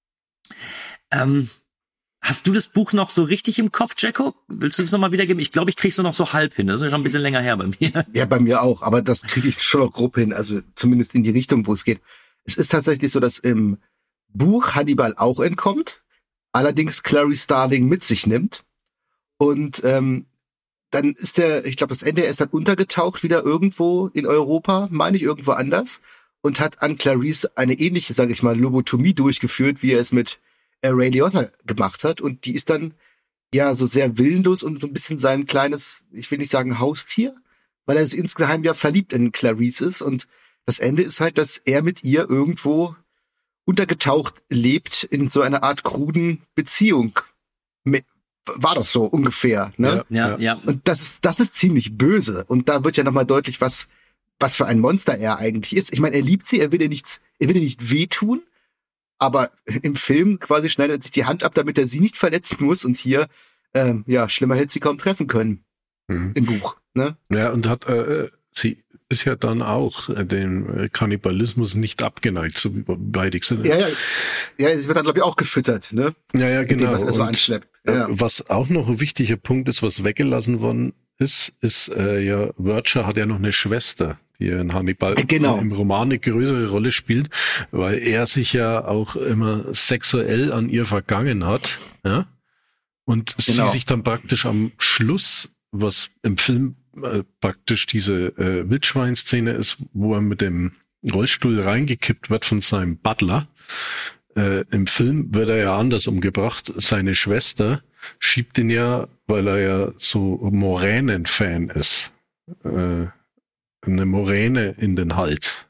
Ähm, hast du das Buch noch so richtig im Kopf, Jacko? Willst du es nochmal wiedergeben? Ich glaube, ich krieg's nur noch so halb hin. Das ist ja schon ein bisschen länger her bei mir. Ja, bei mir auch, aber das kriege ich schon noch grob hin, also zumindest in die Richtung, wo es geht. Es ist tatsächlich so, dass im Buch Hannibal auch entkommt, allerdings Clarice Starling mit sich nimmt. Und ähm, dann ist der, ich glaube, das Ende, er ist dann untergetaucht wieder irgendwo in Europa, meine ich, irgendwo anders, und hat an Clarice eine ähnliche, sage ich mal, Lobotomie durchgeführt, wie er es mit äh, Ray Liotta gemacht hat. Und die ist dann ja so sehr willenlos und so ein bisschen sein kleines, ich will nicht sagen Haustier, weil er so insgeheim ja verliebt in Clarice ist. Und das Ende ist halt, dass er mit ihr irgendwo untergetaucht lebt in so einer Art kruden Beziehung. Mit, war das so ungefähr, ne? Ja. Ja, ja. Und das ist, das ist ziemlich böse. Und da wird ja nochmal deutlich, was, was für ein Monster er eigentlich ist. Ich meine, er liebt sie, er will ihr nichts, er will ihr nicht wehtun, aber im Film quasi schneidet er sich die Hand ab, damit er sie nicht verletzen muss. Und hier, ähm, ja, schlimmer hätte sie kaum treffen können Mhm. im Buch, ne? Ja, und hat, äh, sie ist ja dann auch äh, dem Kannibalismus nicht abgeneigt, so wie beide sind. Ja, ja. Ja, sie wird dann, glaube ich, auch gefüttert, ne? ja, ja Mit genau. dem, was er so Und, anschleppt. äh, Ja. Was auch noch ein wichtiger Punkt ist, was weggelassen worden ist, ist äh, ja, Verger hat ja noch eine Schwester, die ja in Hannibal Genau. im Roman eine größere Rolle spielt, weil er sich ja auch immer sexuell an ihr vergangen hat, ja, und Genau. sie sich dann praktisch am Schluss, was im Film äh, praktisch diese äh, Wildschwein-Szene ist, wo er mit dem Rollstuhl reingekippt wird von seinem Butler. Äh, Im Film wird er ja anders umgebracht. Seine Schwester schiebt ihn ja, weil er ja so Moränen-Fan ist, äh, eine Moräne in den Hals.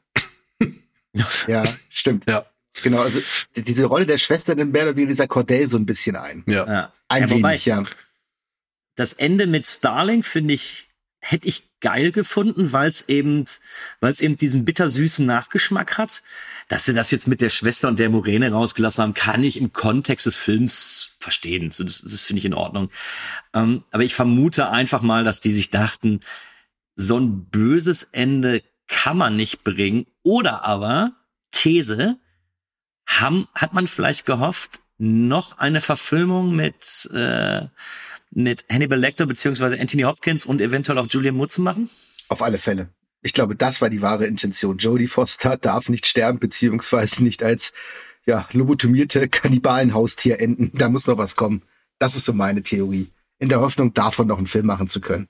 Ja, stimmt. Ja, Genau, also die- diese Rolle der Schwester nimmt mehr oder weniger dieser Cordell so ein bisschen ein. ja. ja. Ein ja, wobei, wenig, ja. das Ende mit Starling finde ich, hätte ich geil gefunden, weil es eben, weil es eben diesen bittersüßen Nachgeschmack hat. Dass sie das jetzt mit der Schwester und der Moräne rausgelassen haben, kann ich im Kontext des Films verstehen. So, Das, das finde ich in Ordnung. Ähm, aber ich vermute einfach mal, dass die sich dachten, so ein böses Ende kann man nicht bringen. Oder aber, These, haben, hat man vielleicht gehofft, noch eine Verfilmung mit, äh, mit Hannibal Lecter beziehungsweise Anthony Hopkins und eventuell auch Julianne Moore zu machen? Auf alle Fälle. Ich glaube, das war die wahre Intention. Jodie Foster darf nicht sterben, beziehungsweise nicht als ja, lobotomierte Kannibalenhaustier enden. Da muss noch was kommen. Das ist so meine Theorie. In der Hoffnung, davon noch einen Film machen zu können.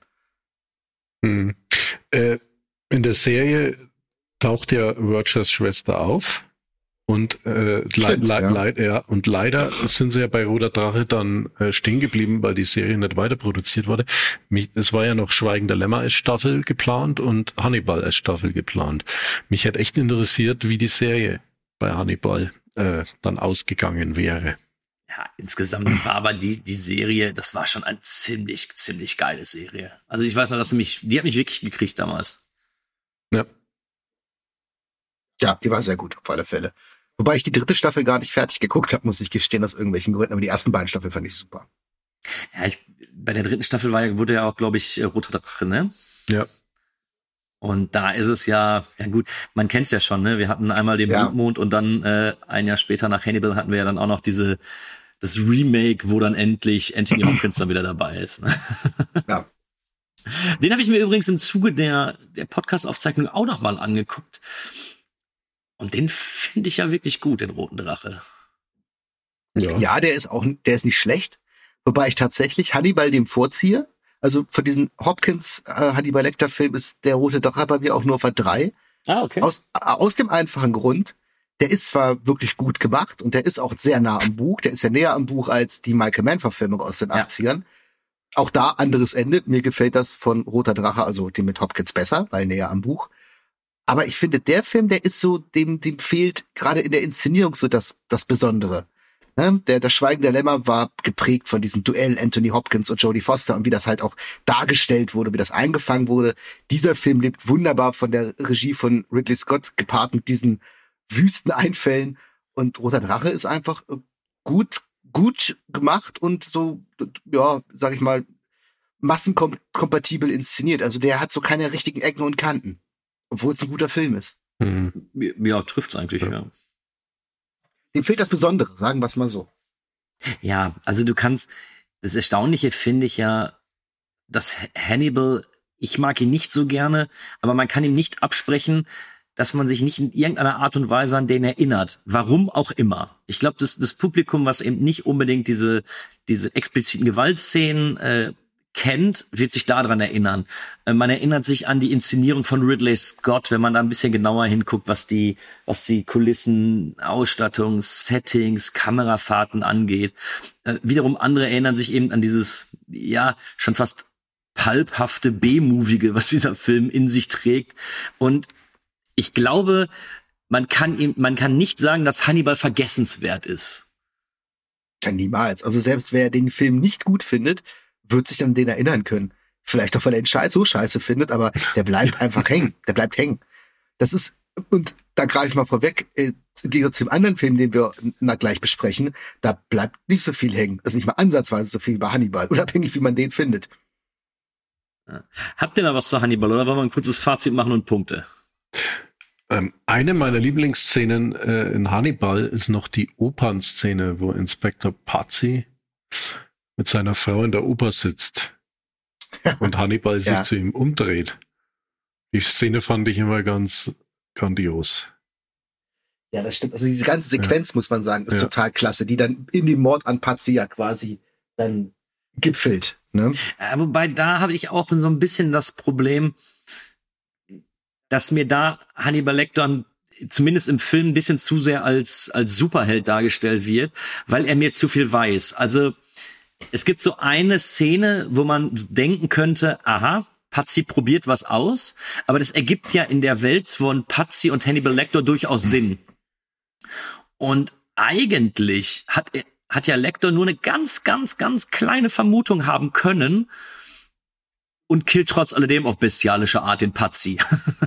Hm. Äh, in der Serie taucht ja Vergers Schwester auf. Und, äh, le Stimmt, le ja. le ja, und leider sind sie ja bei Roter Drache dann äh, stehen geblieben, weil die Serie nicht weiter produziert wurde. Mich, es war ja noch Schweigen der Lämmer als Staffel geplant und Hannibal als Staffel geplant. Mich hätte echt interessiert, wie die Serie bei Hannibal äh, dann ausgegangen wäre. Ja, insgesamt war aber die, die Serie, das war schon eine ziemlich, ziemlich geile Serie. Also ich weiß noch, dass sie mich, die hat mich wirklich gekriegt damals. Ja. Ja, die war sehr gut, auf alle Fälle. Wobei ich die dritte Staffel gar nicht fertig geguckt habe, muss ich gestehen, aus irgendwelchen Gründen. Aber die ersten beiden Staffeln fand ich super. Ja, ich, bei der dritten Staffel war ja, wurde ja auch, glaube ich, äh, Roter Drache, ne? Ja. Und da ist es ja, ja gut, man kennt's ja schon, ne? Wir hatten einmal den Ja. Blutmond und dann äh, ein Jahr später nach Hannibal hatten wir ja dann auch noch diese das Remake, wo dann endlich Anthony Hopkins dann wieder dabei ist. Ne? Ja. Den habe ich mir übrigens im Zuge der, der Podcast-Aufzeichnung auch noch mal angeguckt. Und den finde ich ja wirklich gut, den Roten Drache. Ja. ja, der ist auch, der ist nicht schlecht. Wobei ich tatsächlich Hannibal dem vorziehe. Also von diesen Hopkins äh, Hannibal Lecter Film ist der Rote Drache bei mir auch nur auf drei. Ah, okay. Aus, aus dem einfachen Grund, der ist zwar wirklich gut gemacht und der ist auch sehr nah am Buch. Der ist ja näher am Buch als die Michael Mann-Verfilmung aus den ja. achtzigern. Auch da anderes Ende. Mir gefällt das von Roter Drache, also dem mit Hopkins, besser, weil näher am Buch. Aber ich finde, der Film, der ist so, dem, dem fehlt gerade in der Inszenierung so das, das Besondere. Ne? Der, das Schweigen der Lämmer war geprägt von diesem Duell Anthony Hopkins und Jodie Foster und wie das halt auch dargestellt wurde, wie das eingefangen wurde. Dieser Film lebt wunderbar von der Regie von Ridley Scott, gepaart mit diesen wüsten Einfällen. Und Roter Drache ist einfach gut, gut gemacht und so, ja, sag ich mal, massenkompatibel inszeniert. Also der hat so keine richtigen Ecken und Kanten. Obwohl es ein guter Film ist. Hm. Ja, trifft's eigentlich, ja. ja. Dem fehlt das Besondere, sagen wir es mal so. Ja, also du kannst, das Erstaunliche finde ich ja, dass Hannibal, ich mag ihn nicht so gerne, aber man kann ihm nicht absprechen, dass man sich nicht in irgendeiner Art und Weise an den erinnert. Warum auch immer. Ich glaube, das, das Publikum, was eben nicht unbedingt diese, diese expliziten Gewaltszenen äh, kennt, wird sich daran erinnern. Äh, man erinnert sich an die Inszenierung von Ridley Scott, wenn man da ein bisschen genauer hinguckt, was die, was die Kulissen, Ausstattung, Settings, Kamerafahrten angeht. Äh, wiederum andere erinnern sich eben an dieses, ja, schon fast pulphafte B-Movige, was dieser Film in sich trägt. Und ich glaube, man kann ihm, man kann nicht sagen, dass Hannibal vergessenswert ist. Ja, niemals. Also selbst wer den Film nicht gut findet, wird sich an den erinnern können. Vielleicht auch, weil er ihn scheiße, so scheiße findet, aber der bleibt einfach hängen. Der bleibt hängen. Das ist, und da greife ich mal vorweg, äh, im Gegensatz zu dem anderen Film, den wir na, gleich besprechen, da bleibt nicht so viel hängen. Also nicht mal ansatzweise so viel über Hannibal, unabhängig, wie man den findet. Ja. Habt ihr da was zu Hannibal, oder wollen wir ein kurzes Fazit machen und Punkte? Ähm, eine meiner Lieblingsszenen äh, in Hannibal ist noch die Opernszene, wo Inspektor Pazzi mit seiner Frau in der Oper sitzt und Hannibal sich ja. zu ihm umdreht. Die Szene fand ich immer ganz grandios. Ja, das stimmt. Also diese ganze Sequenz, ja. muss man sagen, ist ja. total klasse, die dann in dem Mord an Pazzi ja quasi dann gipfelt. Ne? Ja, wobei, da habe ich auch so ein bisschen das Problem, dass mir da Hannibal Lecter zumindest im Film ein bisschen zu sehr als, als Superheld dargestellt wird, weil er mir zu viel weiß. Also es gibt so eine Szene, wo man denken könnte, aha, Pazzi probiert was aus, aber das ergibt ja in der Welt von Pazzi und Hannibal Lecter durchaus Sinn. Und eigentlich hat, hat ja Lecter nur eine ganz, ganz, ganz kleine Vermutung haben können und killt trotz alledem auf bestialische Art den Pazzi.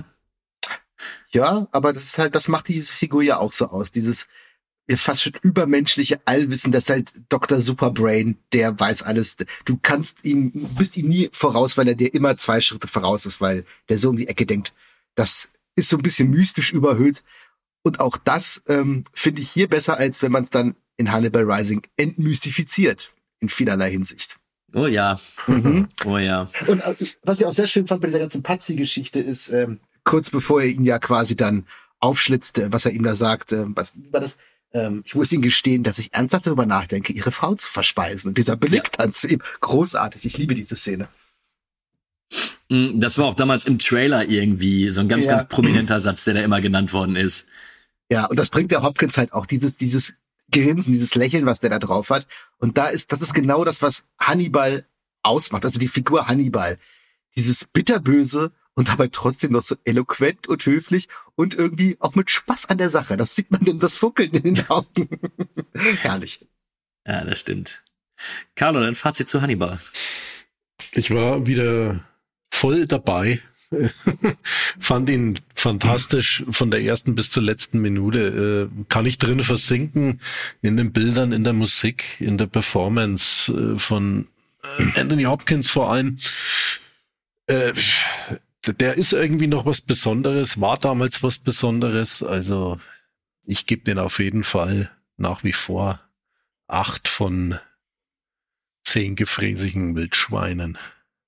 Ja, aber das ist halt, das macht die Figur ja auch so aus, dieses fast schon übermenschliche Allwissen, das ist halt Doktor Superbrain, der weiß alles. Du kannst ihm, bist ihm nie voraus, weil er dir immer zwei Schritte voraus ist, weil der so um die Ecke denkt. Das ist so ein bisschen mystisch überhöht. Und auch das ähm, finde ich hier besser, als wenn man es dann in Hannibal Rising entmystifiziert, in vielerlei Hinsicht. Oh ja. Mhm. Oh ja. Und äh, was ich auch sehr schön fand bei dieser ganzen Pazzi-Geschichte ist, ähm, kurz bevor er ihn ja quasi dann aufschlitzt, was er ihm da sagt, äh, was war das? Ähm, ich muss Ihnen gestehen, dass ich ernsthaft darüber nachdenke, Ihre Frau zu verspeisen. Und dieser Blick dann zu ihm, großartig. Ich liebe diese Szene. Das war auch damals im Trailer irgendwie so ein ganz, ja. ganz prominenter Satz, der da immer genannt worden ist. Ja, und das bringt der Hopkins halt auch, dieses, dieses Grinsen, dieses Lächeln, was der da drauf hat. Und da ist, das ist genau das, was Hannibal ausmacht. Also die Figur Hannibal. Dieses bitterböse und dabei trotzdem noch so eloquent und höflich und irgendwie auch mit Spaß an der Sache. Das sieht man dem das Funkeln in den Augen. Herrlich. Ja, das stimmt. Carlo, dein Fazit zu Hannibal. Ich war wieder voll dabei. Fand ihn fantastisch von der ersten bis zur letzten Minute. Äh, kann ich drin versinken in den Bildern, in der Musik, in der Performance äh, von äh, Anthony Hopkins vor allem. Äh, der ist irgendwie noch was Besonderes, war damals was Besonderes. Also ich gebe den auf jeden Fall nach wie vor acht von zehn gefräßigen Wildschweinen.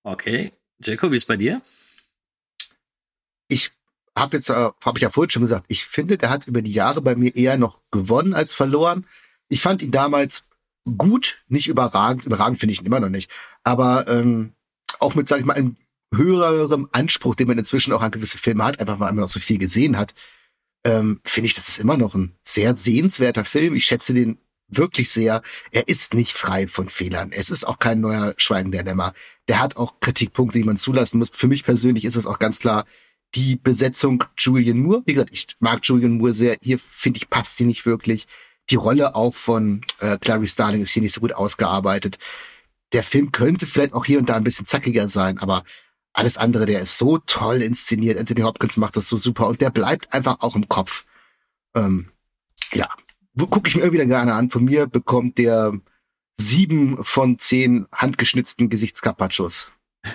Okay. Jacob, wie ist bei dir? Ich habe jetzt, äh, habe ich ja vorhin schon gesagt, ich finde, der hat über die Jahre bei mir eher noch gewonnen als verloren. Ich fand ihn damals gut, nicht überragend. Überragend finde ich ihn immer noch nicht. Aber ähm, auch mit, sag ich mal, einem höherem Anspruch, den man inzwischen auch an gewisse Filme hat, einfach weil man noch so viel gesehen hat, ähm, finde ich, das ist immer noch ein sehr sehenswerter Film. Ich schätze den wirklich sehr. Er ist nicht frei von Fehlern. Es ist auch kein neuer Schweigen der Lämmer. Der hat auch Kritikpunkte, die man zulassen muss. Für mich persönlich ist es auch ganz klar die Besetzung Julianne Moore. Wie gesagt, ich mag Julianne Moore sehr. Hier, finde ich, passt sie nicht wirklich. Die Rolle auch von äh, Clarice Starling ist hier nicht so gut ausgearbeitet. Der Film könnte vielleicht auch hier und da ein bisschen zackiger sein, aber alles andere, der ist so toll inszeniert. Anthony Hopkins macht das so super und der bleibt einfach auch im Kopf. Ähm, ja, gucke ich mir irgendwie dann gerne an. Von mir bekommt der sieben von zehn handgeschnitzten Gesichtscarpaccios.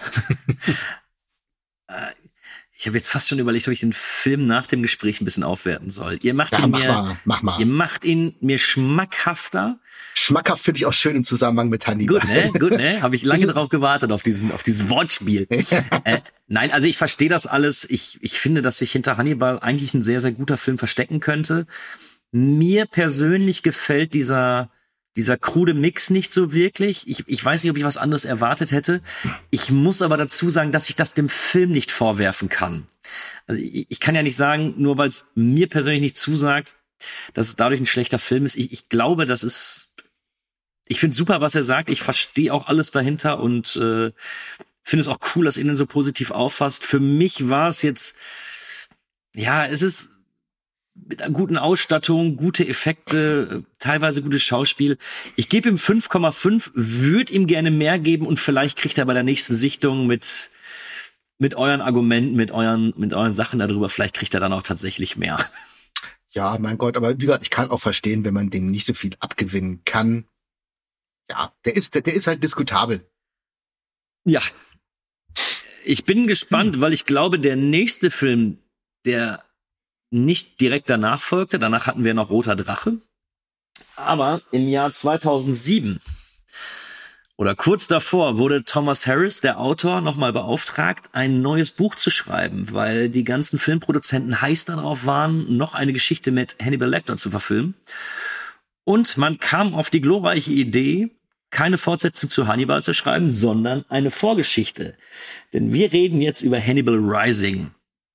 Ich habe jetzt fast schon überlegt, ob ich den Film nach dem Gespräch ein bisschen aufwerten soll. Ihr macht Ja, ihn mach mir, mal, mach mal. Ihr macht ihn mir schmackhafter. Schmackhaft finde ich auch schön im Zusammenhang mit Hannibal. Gut, ne? Gut, ne? Habe ich lange drauf gewartet, auf diesen, auf dieses Wortspiel. äh, nein, also ich verstehe das alles. Ich, ich finde, dass sich hinter Hannibal eigentlich ein sehr, sehr guter Film verstecken könnte. Mir persönlich gefällt dieser, dieser krude Mix nicht so wirklich. Ich, ich weiß nicht, ob ich was anderes erwartet hätte. Ich muss aber dazu sagen, dass ich das dem Film nicht vorwerfen kann. Also ich, ich kann ja nicht sagen, nur weil es mir persönlich nicht zusagt, dass es dadurch ein schlechter Film ist. Ich, ich glaube, das ist, ich finde super, was er sagt. Ich verstehe auch alles dahinter und äh, finde es auch cool, dass ihr ihn so positiv auffasst. Für mich war es jetzt, ja, es ist mit einer guten Ausstattung, gute Effekte, teilweise gutes Schauspiel. Ich gebe ihm fünf Komma fünf, würde ihm gerne mehr geben und vielleicht kriegt er bei der nächsten Sichtung mit mit euren Argumenten, mit euren mit euren Sachen darüber, vielleicht kriegt er dann auch tatsächlich mehr. Ja, mein Gott, aber wie gesagt, ich kann auch verstehen, wenn man dem nicht so viel abgewinnen kann. Ja, der ist der, der ist halt diskutabel. Ja. Ich bin gespannt, hm. weil ich glaube, der nächste Film, der nicht direkt danach folgte. Danach hatten wir noch Roter Drache. Aber im Jahr zweitausendsieben oder kurz davor wurde Thomas Harris, der Autor, nochmal beauftragt, ein neues Buch zu schreiben, weil die ganzen Filmproduzenten heiß darauf waren, noch eine Geschichte mit Hannibal Lecter zu verfilmen. Und man kam auf die glorreiche Idee, keine Fortsetzung zu Hannibal zu schreiben, sondern eine Vorgeschichte. Denn wir reden jetzt über Hannibal Rising.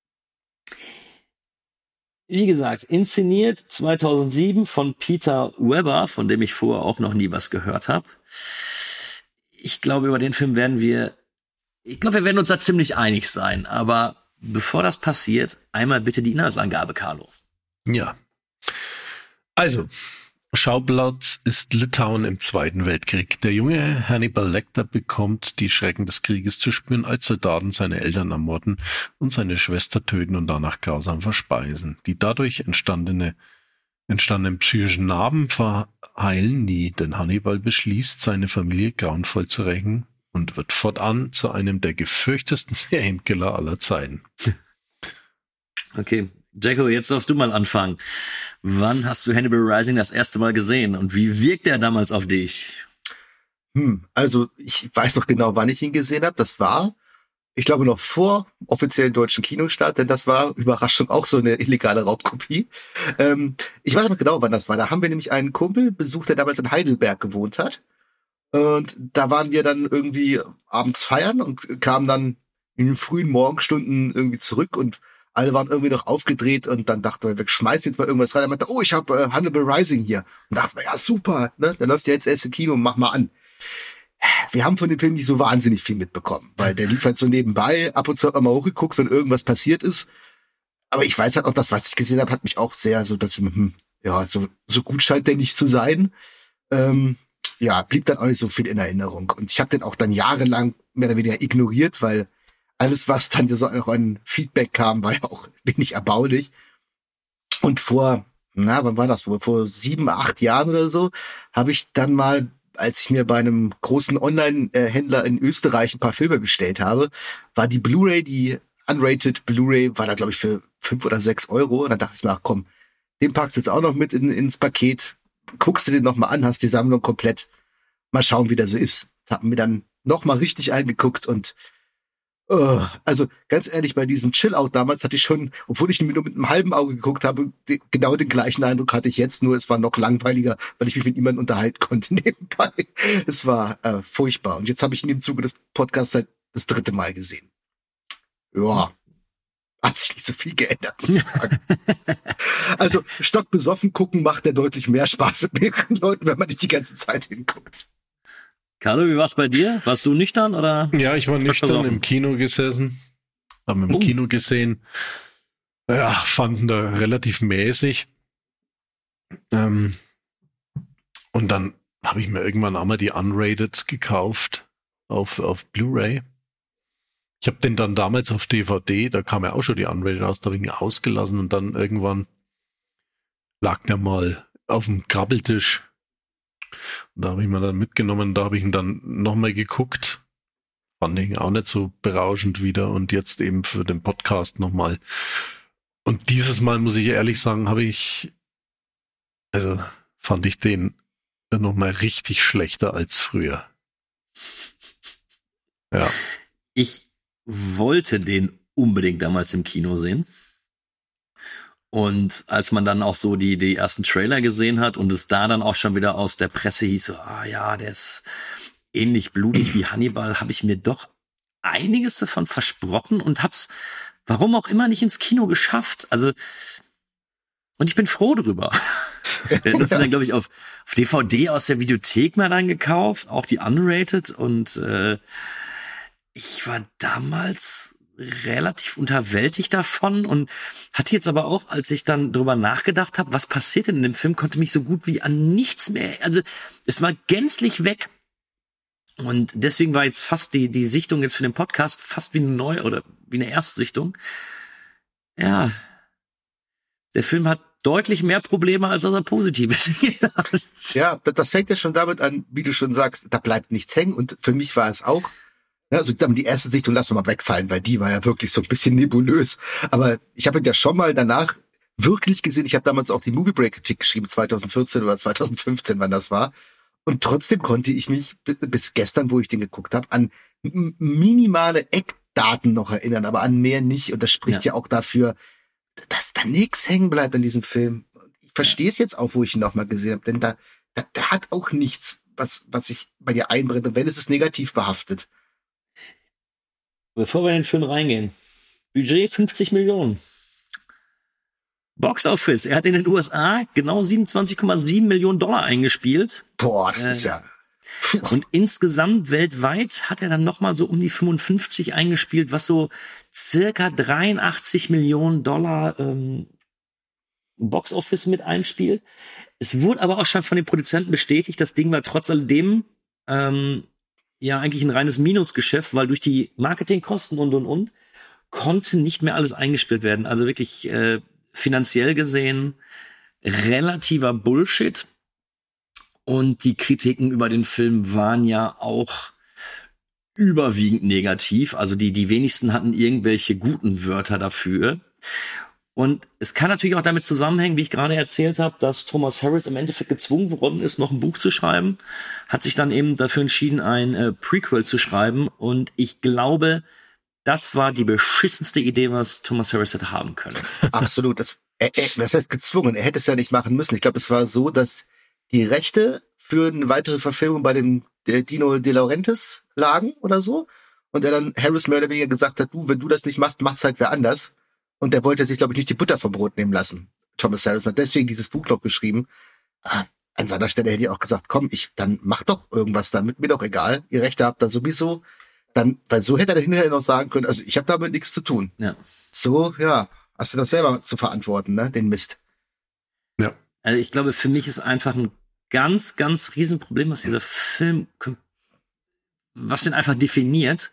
Wie gesagt, inszeniert zweitausendsieben von Peter Weber, von dem ich vorher auch noch nie was gehört habe. Ich glaube, über den Film werden wir, ich glaube, wir werden uns da ziemlich einig sein. Aber bevor das passiert, einmal bitte die Inhaltsangabe, Carlo. Ja. Also, Schauplatz ist Litauen im Zweiten Weltkrieg. Der junge Hannibal Lecter bekommt die Schrecken des Krieges zu spüren, als Soldaten seine Eltern ermorden und seine Schwester töten und danach grausam verspeisen. Die dadurch entstandene, entstandenen psychischen Narben verheilen nie, denn Hannibal beschließt, seine Familie grauenvoll zu rächen und wird fortan zu einem der gefürchtesten Serienkiller aller Zeiten. Okay. Jacko, jetzt darfst du mal anfangen. Wann hast du Hannibal Rising das erste Mal gesehen und wie wirkt er damals auf dich? Hm, also ich weiß noch genau, wann ich ihn gesehen habe. Das war, ich glaube, noch vor offiziellen deutschen Kinostart, denn das war, Überraschung, auch so eine illegale Raubkopie. Ähm, ich weiß noch genau, wann das war. Da haben wir nämlich einen Kumpel besucht, der damals in Heidelberg gewohnt hat. Und da waren wir dann irgendwie abends feiern und kamen dann in den frühen Morgenstunden irgendwie zurück und alle waren irgendwie noch aufgedreht und dann dachten wir, wir schmeißen jetzt mal irgendwas rein. Er meinte, oh, ich habe äh, Hannibal Rising hier. Und dachten wir, ja, super, ne? Der läuft ja jetzt erst im Kino, mach mal an. Wir haben von dem Film nicht so wahnsinnig viel mitbekommen, weil der lief halt so nebenbei. Ab und zu hat man mal hochgeguckt, wenn irgendwas passiert ist. Aber ich weiß halt auch, das, was ich gesehen habe, hat mich auch sehr so, dass hm, ja, so, so gut scheint der nicht zu sein. Ähm, ja, blieb dann auch nicht so viel in Erinnerung. Und ich habe den auch dann jahrelang mehr oder weniger ignoriert, weil alles, was dann so auch an Feedback kam, war ja auch wenig erbaulich. Und vor, na, wann war das? Vor, vor sieben, acht Jahren oder so, habe ich dann mal, als ich mir bei einem großen Online-Händler in Österreich ein paar Filme bestellt habe, war die Blu-ray, die unrated Blu-ray, war da, glaube ich, für fünf oder sechs Euro. Und dann dachte ich mir, ach komm, den packst du jetzt auch noch mit in, ins Paket. Guckst du den noch mal an, hast die Sammlung komplett. Mal schauen, wie der so ist. Hab mir dann nochmal richtig eingeguckt und uh, also ganz ehrlich, bei diesem Chill-Out damals hatte ich schon, obwohl ich nur mit einem halben Auge geguckt habe, die, genau den gleichen Eindruck hatte ich jetzt, nur es war noch langweiliger, weil ich mich mit niemandem unterhalten konnte nebenbei. Es war äh, furchtbar. Und jetzt habe ich ihn im Zuge des Podcasts seit das dritte Mal gesehen. Ja, hat sich nicht so viel geändert, muss ich sagen. Also stockbesoffen gucken macht ja deutlich mehr Spaß mit mehreren Leuten, wenn man nicht die ganze Zeit hinguckt. Carlo, wie war's bei dir? Warst du nüchtern oder? Ja, ich war nüchtern im Kino gesessen, haben im oh. Kino gesehen. Ja, fanden da relativ mäßig. Ähm, und dann habe ich mir irgendwann einmal die Unrated gekauft auf, auf Blu-ray. Ich habe den dann damals auf D V D, da kam ja auch schon die Unrated raus, da habe ich ihn ausgelassen und dann irgendwann lag der mal auf dem Krabbeltisch. Und da habe ich mir dann mitgenommen, da habe ich ihn dann nochmal geguckt. Fand ich ihn auch nicht so berauschend wieder und jetzt eben für den Podcast nochmal. Und dieses Mal, muss ich ehrlich sagen, habe ich, also fand ich den nochmal richtig schlechter als früher. Ja. Ich wollte den unbedingt damals im Kino sehen. Und als man dann auch so die, die ersten Trailer gesehen hat und es da dann auch schon wieder aus der Presse hieß, so, ah ja, der ist ähnlich blutig wie Hannibal, habe ich mir doch einiges davon versprochen und hab's, warum auch immer, nicht ins Kino geschafft. Also, und ich bin froh drüber. Wir hatten uns dann, glaube ich, auf, auf D V D aus der Videothek mal dann gekauft, auch die Unrated und äh, ich war damals relativ unterwältigt davon und hatte jetzt aber auch, als ich dann drüber nachgedacht habe, was passiert denn in dem Film, konnte mich so gut wie an nichts mehr, also es war gänzlich weg. Und deswegen war jetzt fast die die Sichtung jetzt für den Podcast fast wie eine neue oder wie eine Erstsichtung. Ja, der Film hat deutlich mehr Probleme, als dass er positive Dinge hat. Ja, das fängt ja schon damit an, wie du schon sagst, da bleibt nichts hängen und für mich war es auch. Ja, also die erste Sichtung lassen wir mal wegfallen, weil die war ja wirklich so ein bisschen nebulös. Aber ich habe ihn ja schon mal danach wirklich gesehen. Ich habe damals auch die Movie Break Kritik geschrieben, zwanzig vierzehn oder zwanzig fünfzehn, wann das war. Und trotzdem konnte ich mich bis gestern, wo ich den geguckt habe, an minimale Eckdaten noch erinnern, aber an mehr nicht. Und das spricht ja, ja auch dafür, dass da nichts hängen bleibt an diesem Film. Ich verstehe es jetzt auch, wo ich ihn nochmal gesehen habe, denn da, da, da hat auch nichts, was, was sich bei dir einbrennt. Und wenn, es ist negativ behaftet. Bevor wir in den Film reingehen. Budget fünfzig Millionen. Box Office. Er hat in den U S A genau siebenundzwanzig Komma sieben Millionen Dollar eingespielt. Boah, das äh, ist ja... Und insgesamt weltweit hat er dann nochmal so um die fünfundfünfzig eingespielt, was so circa dreiundachtzig Millionen Dollar ähm, Box Office mit einspielt. Es wurde aber auch schon von den Produzenten bestätigt, das Ding war trotz alledem ähm, ja eigentlich ein reines Minusgeschäft, weil durch die Marketingkosten und und und konnte nicht mehr alles eingespielt werden. Also wirklich äh, finanziell gesehen relativer Bullshit. Und die Kritiken über den Film waren ja auch überwiegend negativ. Also die, die wenigsten hatten irgendwelche guten Wörter dafür. Und es kann natürlich auch damit zusammenhängen, wie ich gerade erzählt habe, dass Thomas Harris im Endeffekt gezwungen worden ist, noch ein Buch zu schreiben. Hat sich dann eben dafür entschieden, ein äh, Prequel zu schreiben. Und ich glaube, das war die beschissenste Idee, was Thomas Harris hätte haben können. Absolut. Das, er, er, das heißt gezwungen. Er hätte es ja nicht machen müssen. Ich glaube, es war so, dass die Rechte für eine weitere Verfilmung bei dem Dino De Laurentiis lagen oder so. Und er dann Harris mehr oder weniger gesagt hat, du, wenn du das nicht machst, macht's halt wer anders. Und der wollte sich, glaube ich, nicht die Butter vom Brot nehmen lassen. Thomas Harris hat deswegen dieses Buch noch geschrieben. An seiner Stelle hätte ich auch gesagt, komm, ich, dann mach doch irgendwas damit, mir doch egal. Ihr Rechte habt da sowieso. Dann, weil so hätte er hinterher noch sagen können, also ich habe damit nichts zu tun. Ja. So, ja, hast du das selber zu verantworten, ne, den Mist. Ja. Also ich glaube, für mich ist einfach ein ganz, ganz Riesenproblem, was dieser Film, was den einfach definiert.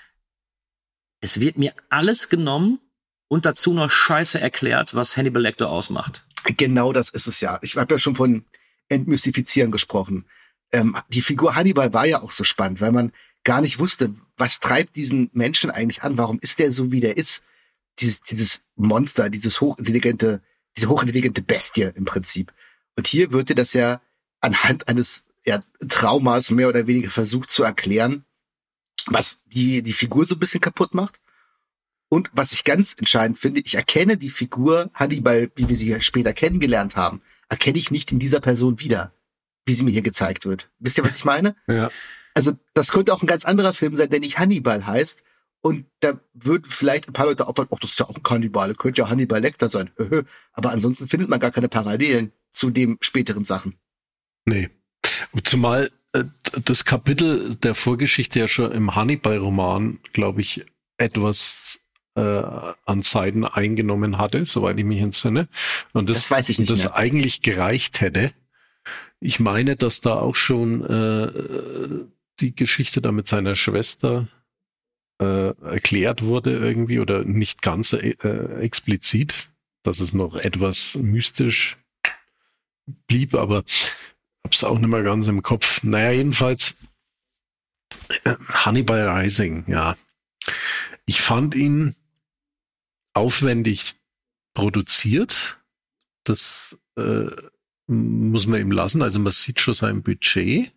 Es wird mir alles genommen und dazu noch Scheiße erklärt, was Hannibal Lecter ausmacht. Genau das ist es ja. Ich habe ja schon von Entmystifizieren gesprochen. Ähm, die Figur Hannibal war ja auch so spannend, weil man gar nicht wusste, was treibt diesen Menschen eigentlich an? Warum ist der so, wie der ist? Dieses, dieses Monster, dieses hochintelligente, diese hochintelligente Bestie im Prinzip. Und hier wird dir das ja anhand eines ja, Traumas mehr oder weniger versucht zu erklären. was die, die Figur so ein bisschen kaputt macht. Und was ich ganz entscheidend finde, ich erkenne die Figur Hannibal, wie wir sie halt später kennengelernt haben, erkenne ich nicht in dieser Person wieder, wie sie mir hier gezeigt wird. Wisst ihr, was ich meine? Ja. Also das könnte auch ein ganz anderer Film sein, der nicht Hannibal heißt. Und da würden vielleicht ein paar Leute auffallen, ach, das ist ja auch ein Kannibale, könnte ja Hannibal Lecter sein. Aber ansonsten findet man gar keine Parallelen zu den späteren Sachen. Nee. Zumal äh, das Kapitel der Vorgeschichte ja schon im Hannibal-Roman, glaube ich, etwas äh, an Seiten eingenommen hatte, soweit ich mich entsinne. Und das, das weiß ich nicht das mehr. eigentlich gereicht hätte. Ich meine, dass da auch schon äh, die Geschichte da mit seiner Schwester äh, erklärt wurde irgendwie oder nicht ganz äh, explizit, dass es noch etwas mystisch blieb, aber hab's auch nicht mehr ganz im Kopf. Naja, jedenfalls äh, Hannibal Rising, ja. Ich fand ihn aufwendig produziert. Das äh, muss man ihm lassen. Also man sieht schon sein Budget.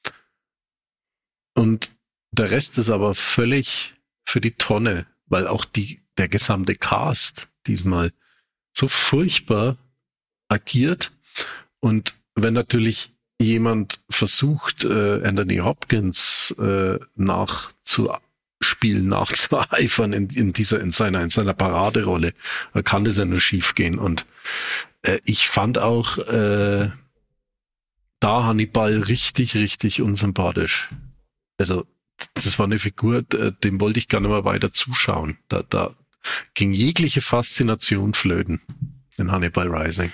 Und der Rest ist aber völlig für die Tonne, weil auch die, der gesamte Cast diesmal so furchtbar agiert. Und wenn natürlich jemand versucht, äh, Anthony Hopkins äh, nachzuspielen, nachzueifern in, in dieser, in seiner, in seiner Paraderolle, dann kann das ja nur schief gehen. Und äh, ich fand auch äh, da Hannibal richtig, richtig unsympathisch. Also das war eine Figur, dem wollte ich gar nicht mehr weiter zuschauen. Da, da ging jegliche Faszination flöten in Hannibal Rising.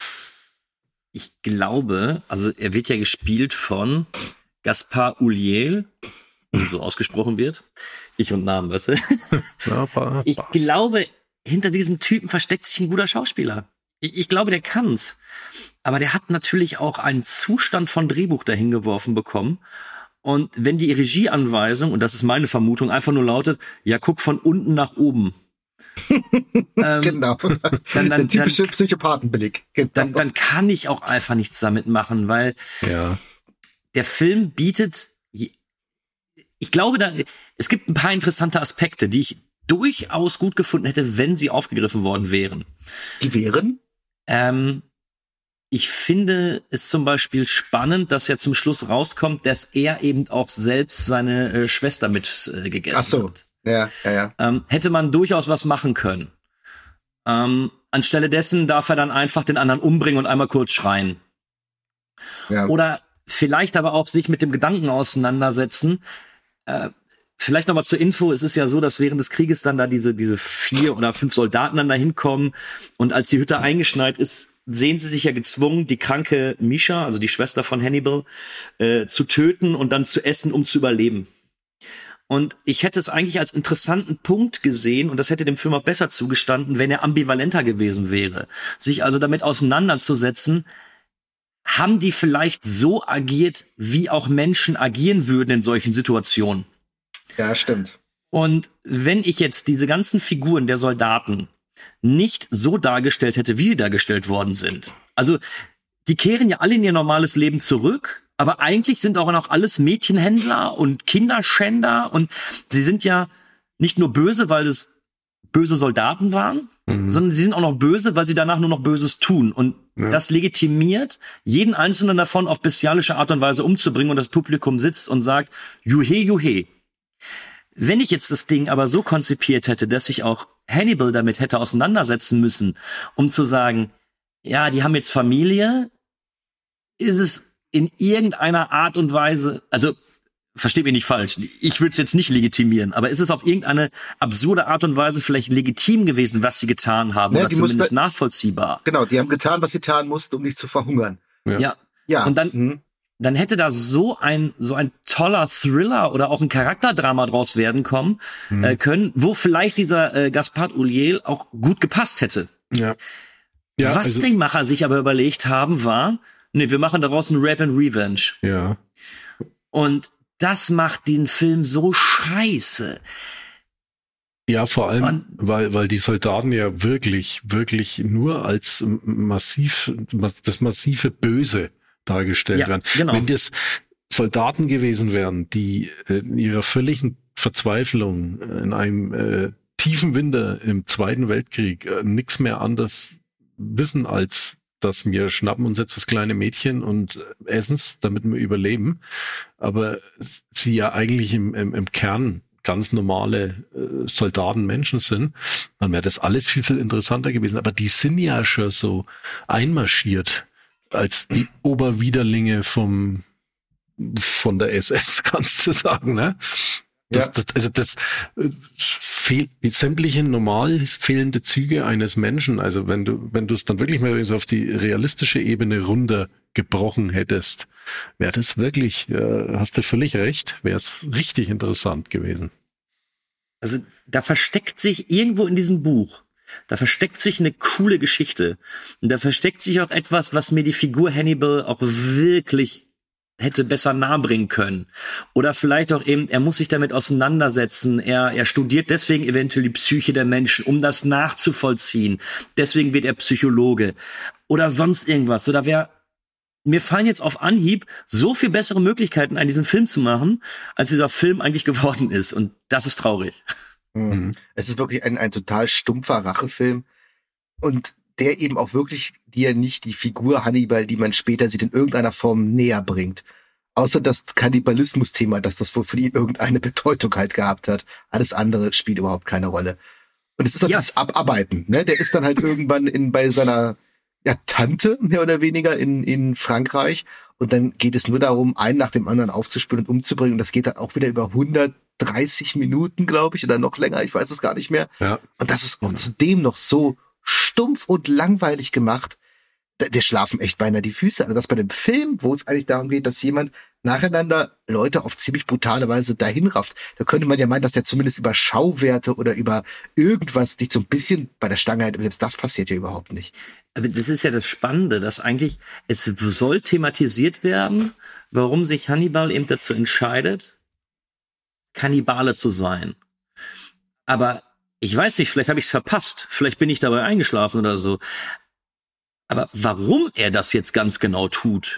Ich glaube, also er wird ja gespielt von Gaspar Ulliel, wie so ausgesprochen wird. Ich und Namen, weißt du? Ja, pa, ich glaube, hinter diesem Typen versteckt sich ein guter Schauspieler. Ich, ich glaube, der kann's. Aber der hat natürlich auch einen Zustand von Drehbuch dahin geworfen bekommen. Und wenn die Regieanweisung, und das ist meine Vermutung, einfach nur lautet, ja, guck von unten nach oben. ähm, genau. Dann, dann, Der typische dann, Psychopathenblick. Genau. Dann, dann kann ich auch einfach nichts damit machen, weil ja. der Film bietet, ich glaube, da, es gibt ein paar interessante Aspekte, die ich durchaus gut gefunden hätte, wenn sie aufgegriffen worden wären. Die wären? Ähm, Ich finde es zum Beispiel spannend, dass ja zum Schluss rauskommt, dass er eben auch selbst seine äh, Schwester mit äh, gegessen Ach so. hat. Ja, ja, ja. Ähm, hätte man durchaus was machen können. Ähm, anstelle dessen darf er dann einfach den anderen umbringen und einmal kurz schreien. Ja. Oder vielleicht aber auch sich mit dem Gedanken auseinandersetzen. Äh, vielleicht noch mal zur Info, es ist ja so, dass während des Krieges dann da diese, diese vier oder fünf Soldaten dann da hinkommen und als die Hütte eingeschneit ist, sehen sie sich ja gezwungen, die kranke Misha, also die Schwester von Hannibal, äh, zu töten und dann zu essen, um zu überleben. Und ich hätte es eigentlich als interessanten Punkt gesehen, und das hätte dem Film auch besser zugestanden, wenn er ambivalenter gewesen wäre. Sich also damit auseinanderzusetzen, haben die vielleicht so agiert, wie auch Menschen agieren würden in solchen Situationen. Ja, stimmt. Und wenn ich jetzt diese ganzen Figuren der Soldaten nicht so dargestellt hätte, wie sie dargestellt worden sind. Also, die kehren ja alle in ihr normales Leben zurück, aber eigentlich sind auch noch alles Mädchenhändler und Kinderschänder und sie sind ja nicht nur böse, weil es böse Soldaten waren, mhm. sondern sie sind auch noch böse, weil sie danach nur noch Böses tun und ja. das legitimiert, jeden einzelnen davon auf bestialische Art und Weise umzubringen und das Publikum sitzt und sagt, juhe, juhe. Wenn ich jetzt das Ding aber so konzipiert hätte, dass ich auch Hannibal damit hätte auseinandersetzen müssen, um zu sagen, ja, die haben jetzt Familie, ist es in irgendeiner Art und Weise, also versteht mich nicht falsch, ich würde es jetzt nicht legitimieren, aber ist es auf irgendeine absurde Art und Weise vielleicht legitim gewesen, was sie getan haben, ja, oder zumindest mussten, nachvollziehbar? Genau, die haben getan, was sie getan mussten, um nicht zu verhungern. Ja. Ja. ja. Und dann, mhm. dann hätte da so ein so ein toller Thriller oder auch ein Charakterdrama draus werden kommen mhm. äh, können, wo vielleicht dieser äh, Gaspar Ulliel auch gut gepasst hätte. Ja. Ja, Was also, die Macher sich aber überlegt haben, war, nee, wir machen daraus ein Rape and Revenge. Ja. Und das macht den Film so scheiße. Ja, vor allem, Und, weil, weil die Soldaten ja wirklich, wirklich nur als massiv, das massive Böse dargestellt ja, werden. Genau. Wenn das, Soldaten gewesen wären, die in ihrer völligen Verzweiflung in einem äh, tiefen Winter im Zweiten Weltkrieg äh, nichts mehr anders wissen, als dass wir schnappen uns jetzt das kleine Mädchen und essen's, damit wir überleben. Aber sie ja eigentlich im, im, im Kern ganz normale äh, Soldaten, Menschen sind, dann wäre das alles viel, viel interessanter gewesen. Aber die sind ja schon so einmarschiert als die Oberwiderlinge vom von der S S, kannst du sagen, ne? Das, Ja. das, also das äh, fehl, sämtliche normal fehlende Züge eines Menschen, also wenn du wenn du es dann wirklich mal so auf die realistische Ebene runtergebrochen hättest, wäre das wirklich, äh, hast du völlig recht, wäre es richtig interessant gewesen. Also da versteckt sich irgendwo in diesem Buch, da versteckt sich eine coole Geschichte. Und da versteckt sich auch etwas, was mir die Figur Hannibal auch wirklich hätte besser nahebringen können. Oder vielleicht auch eben, er muss sich damit auseinandersetzen. Er, er studiert deswegen eventuell die Psyche der Menschen, um das nachzuvollziehen. Deswegen wird er Psychologe. Oder sonst irgendwas. So, da wäre, mir fallen jetzt auf Anhieb so viel bessere Möglichkeiten, einen diesen Film zu machen, als dieser Film eigentlich geworden ist. Und das ist traurig. Mhm. Es ist wirklich ein, ein total stumpfer Rachefilm. Und der eben auch wirklich dir nicht die Figur Hannibal, die man später sieht, in irgendeiner Form näher bringt. Außer das Kannibalismus-Thema, dass das wohl für ihn irgendeine Bedeutung halt gehabt hat. Alles andere spielt überhaupt keine Rolle. Und es ist auch Ja. das Abarbeiten, ne? Der ist dann halt irgendwann in, bei seiner, ja, Tante, mehr oder weniger, in, in Frankreich. Und dann geht es nur darum, einen nach dem anderen aufzuspüren und umzubringen. Und das geht dann auch wieder über hundertdreißig Minuten, glaube ich, oder noch länger. Ich weiß es gar nicht mehr. Ja. Und das ist auch zudem noch so stumpf und langweilig gemacht, der, der schlafen echt beinahe die Füße. Also das bei dem Film, wo es eigentlich darum geht, dass jemand nacheinander Leute auf ziemlich brutale Weise dahin rafft, da könnte man ja meinen, dass der zumindest über Schauwerte oder über irgendwas dich so ein bisschen bei der Stange hält. Aber selbst das passiert ja überhaupt nicht. Aber das ist ja das Spannende, dass eigentlich, es soll thematisiert werden, warum sich Hannibal eben dazu entscheidet, Kannibale zu sein. Aber ich weiß nicht, vielleicht habe ich es verpasst, vielleicht bin ich dabei eingeschlafen oder so. Aber warum er das jetzt ganz genau tut,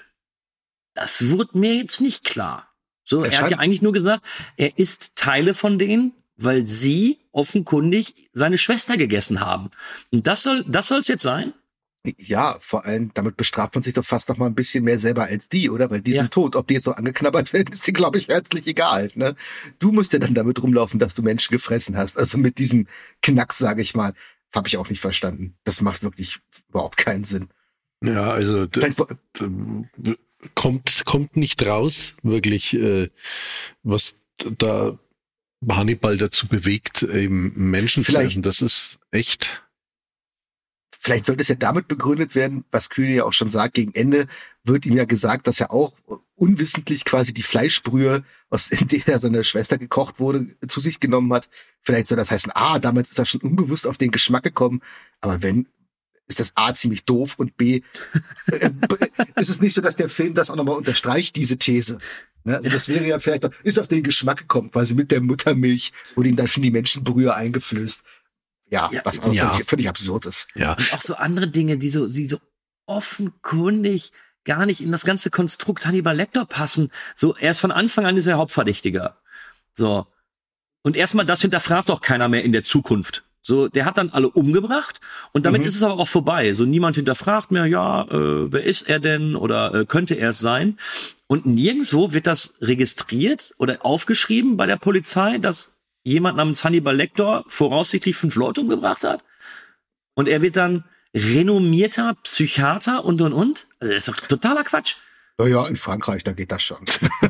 das wurde mir jetzt nicht klar. So, Er er hat ja eigentlich nur gesagt, er isst Teile von denen, weil sie offenkundig seine Schwester gegessen haben. Und das soll, das soll's jetzt sein? Ja, vor allem, damit bestraft man sich doch fast noch mal ein bisschen mehr selber als die, oder? Weil die Ja. sind tot. Ob die jetzt noch angeknabbert werden, ist dir, glaube ich, herzlich egal. Ne? Du musst ja dann damit rumlaufen, dass du Menschen gefressen hast. Also mit diesem Knacks, sage ich mal, habe ich auch nicht verstanden. Das macht wirklich überhaupt keinen Sinn. Ja, also d- Vielleicht, d- kommt kommt nicht raus, wirklich, äh, was da Hannibal dazu bewegt, eben Menschen zu Vielleicht- essen. Das ist echt. Vielleicht sollte es ja damit begründet werden, was Kühne ja auch schon sagt, gegen Ende wird ihm ja gesagt, dass er auch unwissentlich quasi die Fleischbrühe, aus in der seine Schwester gekocht wurde, zu sich genommen hat. Vielleicht soll das heißen, ah, damals ist er schon unbewusst auf den Geschmack gekommen. Aber wenn, ist das A ziemlich doof und B, äh, ist es nicht so, dass der Film das auch nochmal unterstreicht, diese These. Ne? Also das wäre ja vielleicht auch, ist auf den Geschmack gekommen, quasi mit der Muttermilch, wurde ihm dann schon die Menschenbrühe eingeflößt. Ja, Ja, was auch ja. völlig, völlig absurd ist. Ja, Und auch so andere Dinge, die so, die so offenkundig gar nicht in das ganze Konstrukt Hannibal Lecter passen. So, er ist von Anfang an ist er Hauptverdächtiger. So. Und erstmal, das hinterfragt doch keiner mehr in der Zukunft. So, der hat dann alle umgebracht und damit Mhm. ist es aber auch vorbei. So, niemand hinterfragt mehr, ja, äh, wer ist er denn oder äh, könnte er es sein? Und nirgendwo wird das registriert oder aufgeschrieben bei der Polizei, dass jemand namens Hannibal Lecter voraussichtlich fünf Leute umgebracht hat. Und er wird dann renommierter Psychiater und und und. Also das ist doch totaler Quatsch. Naja, in Frankreich, da geht das schon.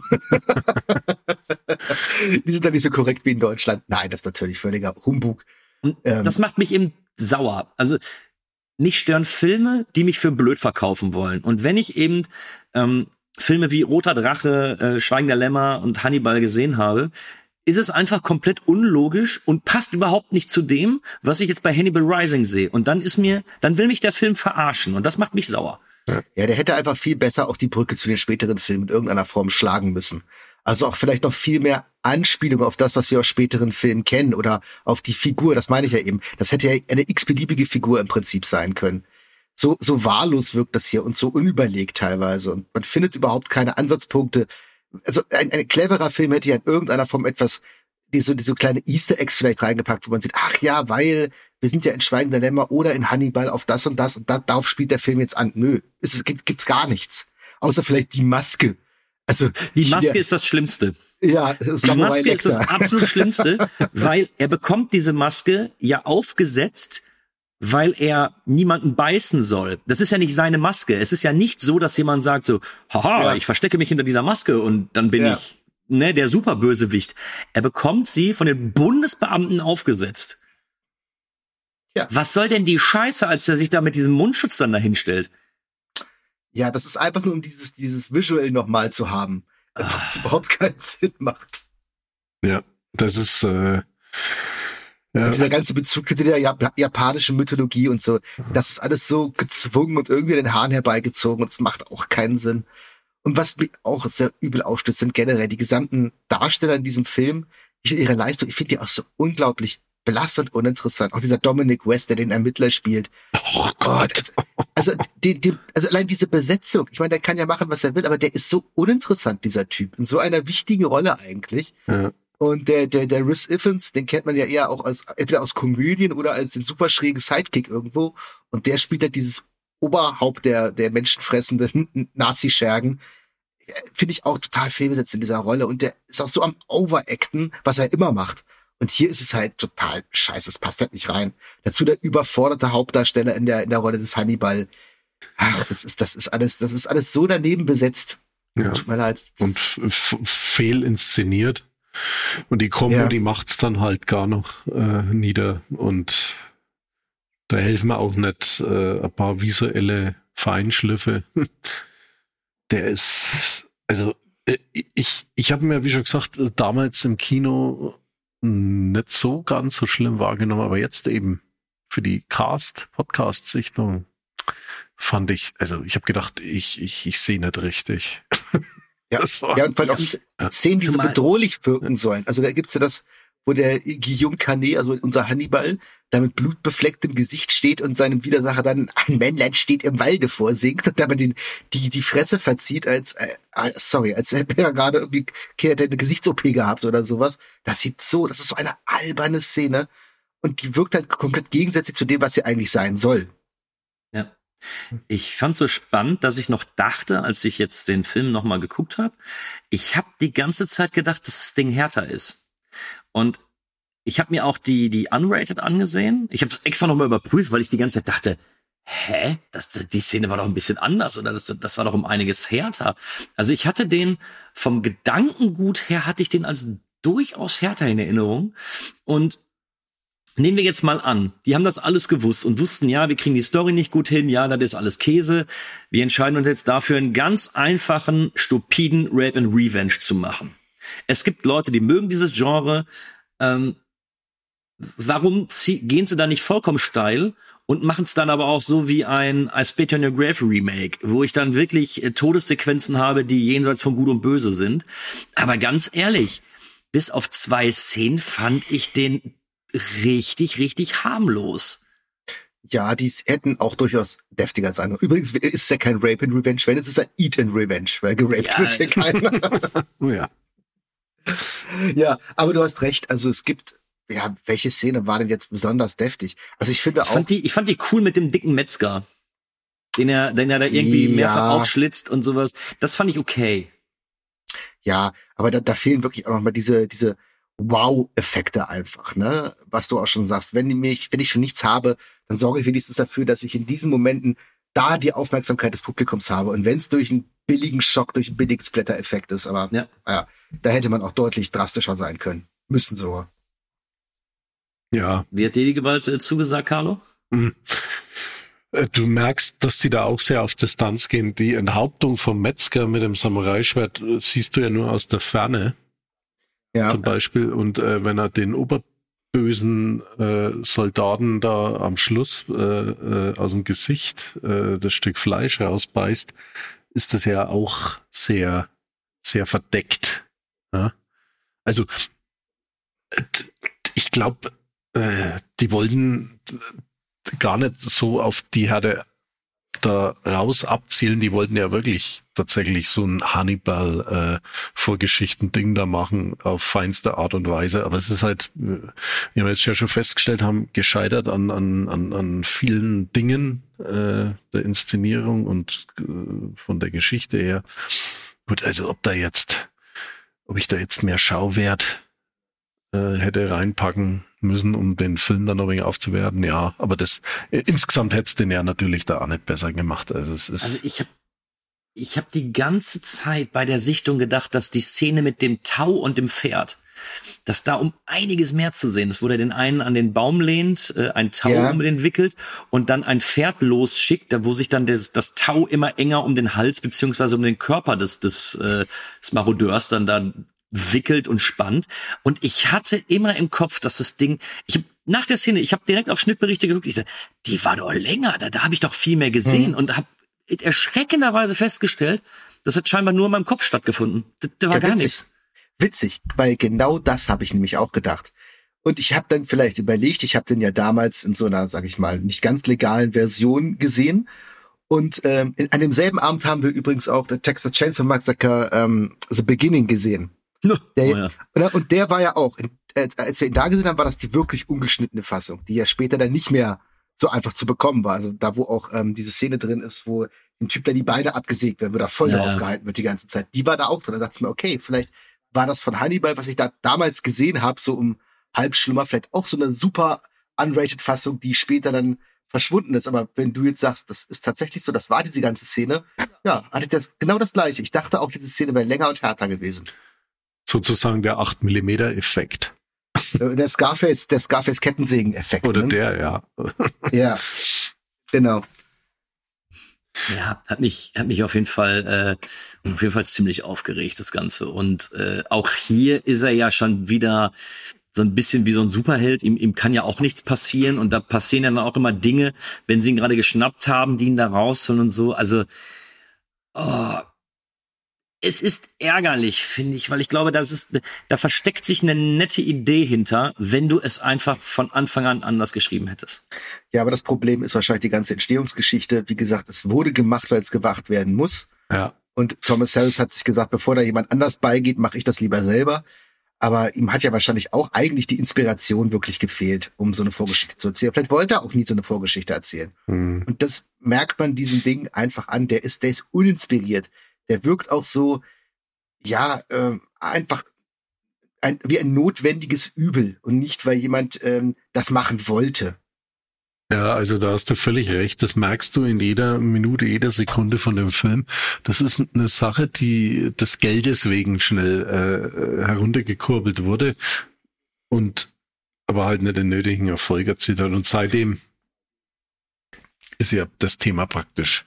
Die sind da nicht so korrekt wie in Deutschland. Nein, das ist natürlich völliger Humbug. Und Ähm. das macht mich eben sauer. Also nicht stören Filme, die mich für blöd verkaufen wollen. Und wenn ich eben ähm, Filme wie Roter Drache, äh, Schweigen der Lämmer und Hannibal gesehen habe, ist es einfach komplett unlogisch und passt überhaupt nicht zu dem, was ich jetzt bei Hannibal Rising sehe. Und dann ist mir, dann will mich der Film verarschen und das macht mich sauer. Ja, der hätte einfach viel besser auch die Brücke zu den späteren Filmen in irgendeiner Form schlagen müssen. Also auch vielleicht noch viel mehr Anspielung auf das, was wir aus späteren Filmen kennen oder auf die Figur, das meine ich ja eben. Das hätte ja eine x-beliebige Figur im Prinzip sein können. So, so wahllos wirkt das hier und so unüberlegt teilweise. Und man findet überhaupt keine Ansatzpunkte, also ein, ein cleverer Film hätte ja in irgendeiner Form etwas, die so, die so kleine Easter Eggs vielleicht reingepackt, wo man sieht, ach ja, weil wir sind ja in Schweigender Lämmer oder in Hannibal auf das und das und da, darauf spielt der Film jetzt an. Nö, es gibt, gibt's gar nichts. Außer vielleicht die Maske. Also die Maske der, ist das Schlimmste. Ja, die Maske ist das absolut Schlimmste, weil er bekommt diese Maske ja aufgesetzt, weil er niemanden beißen soll. Das ist ja nicht seine Maske. Es ist ja nicht so, dass jemand sagt so, haha, ja. ich verstecke mich hinter dieser Maske und dann bin ja. ich ne, der Superbösewicht. Er bekommt sie von den Bundesbeamten aufgesetzt. Ja. Was soll denn die Scheiße, als er sich da mit diesem Mundschutz dann dahin stellt? Ja, das ist einfach nur, um dieses, dieses Visual nochmal zu haben. Was ah. überhaupt keinen Sinn macht. Ja, das ist, äh, ja. Dieser ganze Bezug zu der Jap- japanischen Mythologie und so, das ist alles so gezwungen und irgendwie in den Haaren herbeigezogen und es macht auch keinen Sinn. Und was mir auch sehr übel aufstößt, sind generell die gesamten Darsteller in diesem Film, ihre Leistung, ich finde die auch so unglaublich blass und uninteressant. Auch dieser Dominic West, der den Ermittler spielt. Oh Gott. Also, die, die, also allein diese Besetzung, ich meine, der kann ja machen, was er will, aber der ist so uninteressant, dieser Typ, in so einer wichtigen Rolle eigentlich. Ja. Und der, der, der Rhys Ifans, den kennt man ja eher auch als, entweder aus Komödien oder als den super schrägen Sidekick irgendwo. Und der spielt halt dieses Oberhaupt der, der menschenfressenden Nazi-Schergen. Finde ich auch total fehlbesetzt in dieser Rolle. Und der ist auch so am Overacten, was er immer macht. Und hier ist es halt total scheiße. Es passt halt nicht rein. Dazu der überforderte Hauptdarsteller in der, in der Rolle des Hannibal. Ach, das ist, das ist alles, das ist alles so daneben besetzt. Ja. Tut mir leid. Und f- fehlinszeniert. Und die Kombo, ja. die macht's dann halt gar noch äh, nieder. Und da helfen mir auch nicht äh, ein paar visuelle Feinschliffe. Der ist, also äh, ich, ich habe mir, wie schon gesagt, damals im Kino nicht so ganz so schlimm wahrgenommen, aber jetzt eben für die Cast, Podcast-Sichtung fand ich, also ich habe gedacht, ich, ich, ich sehe nicht richtig. Ja, ja, und weil auch Szenen, die so bedrohlich wirken sollen. Also da gibt's ja das, wo der Guillaume Canet, also unser Hannibal, da mit blutbeflecktem Gesicht steht und seinem Widersacher dann ein Männlein steht im Walde vorsingt und dabei den, die, die Fresse verzieht, als, äh, sorry, als hätte er gerade irgendwie eine Gesichts-O P gehabt oder sowas. Das sieht so, das ist so eine alberne Szene und die wirkt halt komplett gegensätzlich zu dem, was sie eigentlich sein soll. Ja. Ich fand so spannend, dass ich noch dachte, als ich jetzt den Film nochmal geguckt habe, ich habe die ganze Zeit gedacht, dass das Ding härter ist. Und ich habe mir auch die die Unrated angesehen. Ich habe es extra nochmal überprüft, weil ich die ganze Zeit dachte, hä, das, die Szene war doch ein bisschen anders oder das, das war doch um einiges härter. Also ich hatte den vom Gedankengut her, hatte ich den als durchaus härter in Erinnerung. Und nehmen wir jetzt mal an, die haben das alles gewusst und wussten, ja, wir kriegen die Story nicht gut hin, ja, das ist alles Käse. Wir entscheiden uns jetzt dafür, einen ganz einfachen, stupiden Rape and Revenge zu machen. Es gibt Leute, die mögen dieses Genre. Ähm, warum zie- gehen sie da nicht vollkommen steil und machen es dann aber auch so wie ein I Spit on Your Grave Remake, wo ich dann wirklich äh, Todessequenzen habe, die jenseits von Gut und Böse sind. Aber ganz ehrlich, bis auf zwei Szenen fand ich den richtig, richtig harmlos. Ja, die hätten auch durchaus deftiger sein. Übrigens ist es ja kein Rape and Revenge, wenn es ist ein Eat and Revenge, weil geraped ja, wird hier keiner. Oh ja. Ja, aber du hast recht. Also es gibt, ja, welche Szene war denn jetzt besonders deftig? Also ich finde ich auch. Fand die, ich fand die cool mit dem dicken Metzger, den er, den er da irgendwie ja. mehrfach aufschlitzt und sowas. Das fand ich okay. Ja, aber da, da fehlen wirklich auch noch mal diese, diese Wow-Effekte einfach, ne? Was du auch schon sagst. Wenn ich mich, wenn ich schon nichts habe, dann sorge ich wenigstens dafür, dass ich in diesen Momenten da die Aufmerksamkeit des Publikums habe. Und wenn es durch einen billigen Schock, durch einen billigen Splatter-Effekt ist, aber ja. ja, da hätte man auch deutlich drastischer sein können. Müssen sogar. Ja. Wie hat dir die Gewalt äh, zugesagt, Carlo? Mhm. Du merkst, dass die da auch sehr auf Distanz gehen. Die Enthauptung vom Metzger mit dem Samurai-Schwert siehst du ja nur aus der Ferne. Ja. Zum Beispiel. Und äh, wenn er den oberbösen äh, Soldaten da am Schluss äh, äh, aus dem Gesicht äh, das Stück Fleisch rausbeißt, ist das ja auch sehr, sehr verdeckt. Ja? Also ich glaube, äh, die wollten gar nicht so auf die Härte da raus abzielen. Die wollten ja wirklich tatsächlich so ein Hannibal-Vorgeschichten-Ding äh, da machen, auf feinste Art und Weise. Aber es ist halt, wie wir jetzt ja schon festgestellt haben, gescheitert an, an, an, an vielen Dingen äh, der Inszenierung und äh, von der Geschichte her. Gut, also ob da jetzt, ob ich da jetzt mehr Schauwert äh, hätte reinpacken müssen, um den Film dann noch ein wenig aufzuwerten, ja, aber das äh, insgesamt hätte es den ja natürlich da auch nicht besser gemacht. Also es ist. Also ich habe ich hab die ganze Zeit bei der Sichtung gedacht, dass die Szene mit dem Tau und dem Pferd, dass da um einiges mehr zu sehen ist, wo der den einen an den Baum lehnt, äh, ein Tau ja. um den wickelt und dann ein Pferd losschickt, da wo sich dann das, das Tau immer enger um den Hals beziehungsweise um den Körper des, des, äh, des Marodeurs dann da wickelt und spannt. Und ich hatte immer im Kopf, dass das Ding, ich hab, nach der Szene, ich habe direkt auf Schnittberichte geguckt, ich sag, die war doch länger, da, da habe ich doch viel mehr gesehen mhm. und habe erschreckenderweise festgestellt, das hat scheinbar nur in meinem Kopf stattgefunden. Da, da war ja, gar witzig. nichts. Witzig, weil genau das habe ich nämlich auch gedacht. Und ich habe dann vielleicht überlegt, ich habe den ja damals in so einer, sag ich mal, nicht ganz legalen Version gesehen. Und ähm, in, an demselben Abend haben wir übrigens auch The Texas Chainsaw Massacre ähm, The Beginning gesehen. Der, oh ja. Und der war ja auch, als wir ihn da gesehen haben, war das die wirklich ungeschnittene Fassung, die ja später dann nicht mehr so einfach zu bekommen war. Also da, wo auch ähm, diese Szene drin ist, wo dem Typ dann die Beine abgesägt werden, wo da voll ja, drauf ja. gehalten wird die ganze Zeit. Die war da auch drin. Da dachte ich mir, okay, vielleicht war das von Hannibal, was ich da damals gesehen habe, so um Halbschlummer, vielleicht auch so eine super unrated Fassung, die später dann verschwunden ist. Aber wenn du jetzt sagst, das ist tatsächlich so, das war diese ganze Szene, ja, hatte ich das genau das Gleiche. Ich dachte auch, diese Szene wäre länger und härter gewesen. Sozusagen der acht Millimeter Effekt. Der Scarface, der Scarface-Kettensägen-Effekt. Oder ne? der, ja. Ja, genau. Ja, hat mich, hat mich auf jeden Fall, äh, auf jeden Fall ziemlich aufgeregt, das Ganze. Und äh, auch hier ist er ja schon wieder so ein bisschen wie so ein Superheld. Ihm, ihm kann ja auch nichts passieren. Und da passieren dann auch immer Dinge, wenn sie ihn gerade geschnappt haben, die ihn da rausholen und so. Also, oh, es ist ärgerlich, finde ich, weil ich glaube, das ist, da versteckt sich eine nette Idee hinter, wenn du es einfach von Anfang an anders geschrieben hättest. Ja, aber das Problem ist wahrscheinlich die ganze Entstehungsgeschichte. Wie gesagt, es wurde gemacht, weil es gemacht werden muss. Ja. Und Thomas Harris hat sich gesagt, bevor da jemand anders beigeht, mache ich das lieber selber. Aber ihm hat ja wahrscheinlich auch eigentlich die Inspiration wirklich gefehlt, um so eine Vorgeschichte zu erzählen. Vielleicht wollte er auch nie so eine Vorgeschichte erzählen. Mhm. Und das merkt man diesem Ding einfach an. Der ist, der ist uninspiriert. Der wirkt auch so, ja, äh, einfach ein, wie ein notwendiges Übel und nicht, weil jemand ähm, das machen wollte. Ja, also da hast du völlig recht. Das merkst du in jeder Minute, jeder Sekunde von dem Film. Das ist eine Sache, die des Geldes wegen schnell äh, heruntergekurbelt wurde und aber halt nicht den nötigen Erfolg erzielt hat. Und seitdem ist ja das Thema praktisch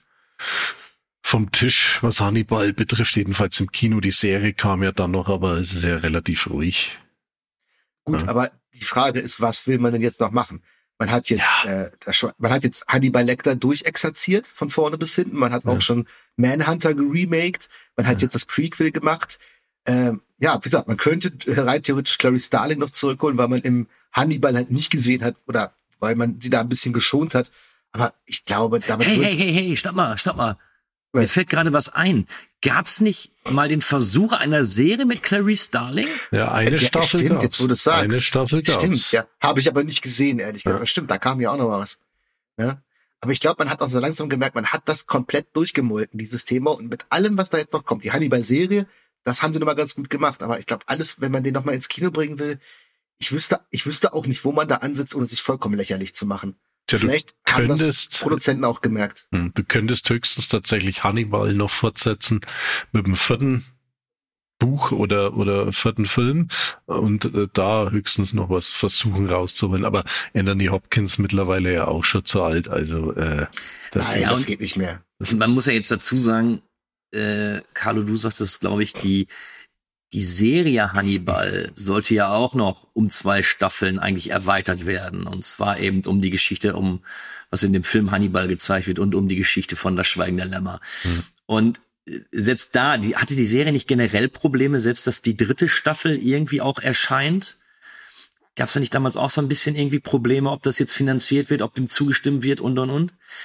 vom Tisch, was Hannibal betrifft, jedenfalls im Kino. Die Serie kam ja dann noch, aber es ist ja relativ ruhig. Gut, ja. Aber die Frage ist, was will man denn jetzt noch machen? Man hat jetzt, ja. äh, das schon, man hat jetzt Hannibal Lecter durchexerziert, von vorne bis hinten. Man hat ja. auch schon Manhunter geremaked. Man hat ja. jetzt das Prequel gemacht. Ähm, ja, wie gesagt, man könnte rein theoretisch Clarice Starling noch zurückholen, weil man im Hannibal halt nicht gesehen hat oder weil man sie da ein bisschen geschont hat. Aber ich glaube, damit Hey, hey, hey, hey, stopp mal, stopp mal. Mir fällt gerade was ein. Gab's nicht mal den Versuch einer Serie mit Clarice Starling? Ja, eine ja, Staffel stimmt, gab's. Jetzt, wo du das sagst. Eine Staffel gab's. Stimmt, ja. Habe ich aber nicht gesehen, ehrlich gesagt. Ja. Stimmt, da kam ja auch noch mal was. Ja. Aber ich glaube, man hat auch so langsam gemerkt, man hat das komplett durchgemolken, dieses Thema. Und mit allem, was da jetzt noch kommt, die Hannibal-Serie, das haben sie nochmal ganz gut gemacht. Aber ich glaube, alles, wenn man den nochmal ins Kino bringen will, ich wüsste, ich wüsste auch nicht, wo man da ansetzt, ohne sich vollkommen lächerlich zu machen. Ja, vielleicht haben könntest, das Produzenten auch gemerkt. Du könntest höchstens tatsächlich Hannibal noch fortsetzen mit dem vierten Buch oder oder vierten Film und äh, da höchstens noch was versuchen rauszuholen. Aber Anthony Hopkins mittlerweile ja auch schon zu alt. Also äh, das, Nein, ist, das geht nicht mehr. Und man muss ja jetzt dazu sagen, äh, Carlo, du sagtest, glaube ich, die Die Serie Hannibal sollte ja auch noch um zwei Staffeln eigentlich erweitert werden. Und zwar eben um die Geschichte, um was in dem Film Hannibal gezeigt wird und um die Geschichte von Das Schweigen der Lämmer. Mhm. Und selbst da, die hatte die Serie nicht generell Probleme, selbst dass die dritte Staffel irgendwie auch erscheint. Gab es da nicht damals auch so ein bisschen irgendwie Probleme, ob das jetzt finanziert wird, ob dem zugestimmt wird und, und, und?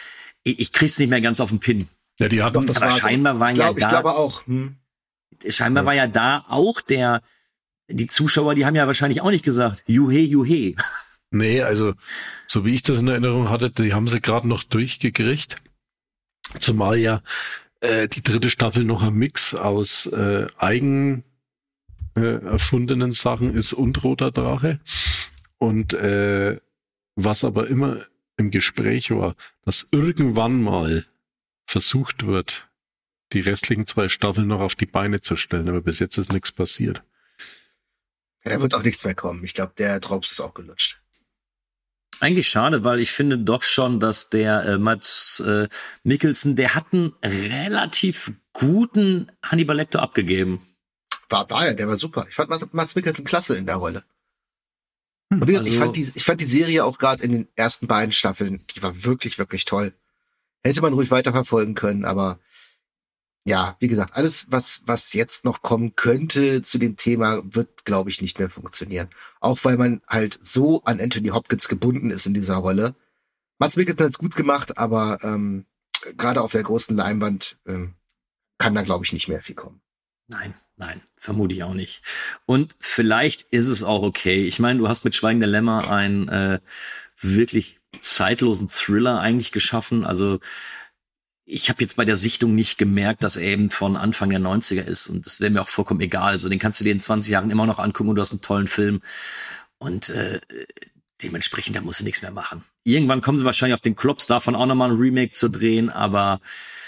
Ich, ich krieg's nicht mehr ganz auf den Pin. Ja, die hatten, Doch, das aber war scheinbar so. war ich glaub, ja da, ich glaube auch. Hm. scheinbar war ja da auch der, die Zuschauer, die haben ja wahrscheinlich auch nicht gesagt, juhe, juhe. Nee, also so wie ich das in Erinnerung hatte, die haben sie gerade noch durchgekriegt. Zumal ja äh, die dritte Staffel noch ein Mix aus äh, eigen äh, erfundenen Sachen ist und Roter Drache. Und äh, was aber immer im Gespräch war, dass irgendwann mal versucht wird, die restlichen zwei Staffeln noch auf die Beine zu stellen. Aber bis jetzt ist nichts passiert. Ja, da wird auch nichts mehr kommen. Ich glaube, der Drops ist auch gelutscht. Eigentlich schade, weil ich finde doch schon, dass der äh, Mads äh, Mikkelsen, der hat einen relativ guten Hannibal Lecter abgegeben. War, war ja, der war super. Ich fand Mads Mikkelsen klasse in der Rolle. Und wie gesagt, Also, ich fand die, ich fand die Serie auch gerade in den ersten beiden Staffeln, die war wirklich, wirklich toll. Hätte man ruhig weiterverfolgen können, aber ja, wie gesagt, alles, was, was jetzt noch kommen könnte zu dem Thema, wird, glaube ich, nicht mehr funktionieren. Auch weil man halt so an Anthony Hopkins gebunden ist in dieser Rolle. Mads Mikkelsen hat es gut gemacht, aber ähm, gerade auf der großen Leinwand ähm, kann da, glaube ich, nicht mehr viel kommen. Nein, nein, vermute ich auch nicht. Und vielleicht ist es auch okay. Ich meine, du hast mit Schweigen der Lämmer einen äh, wirklich zeitlosen Thriller eigentlich geschaffen. Also ich habe jetzt bei der Sichtung nicht gemerkt, dass er eben von Anfang der neunziger ist. Und das wäre mir auch vollkommen egal. So, den kannst du dir in zwanzig Jahren immer noch angucken und du hast einen tollen Film. Und äh, dementsprechend, da musst du nichts mehr machen. Irgendwann kommen sie wahrscheinlich auf den Klops, davon auch nochmal ein Remake zu drehen. Aber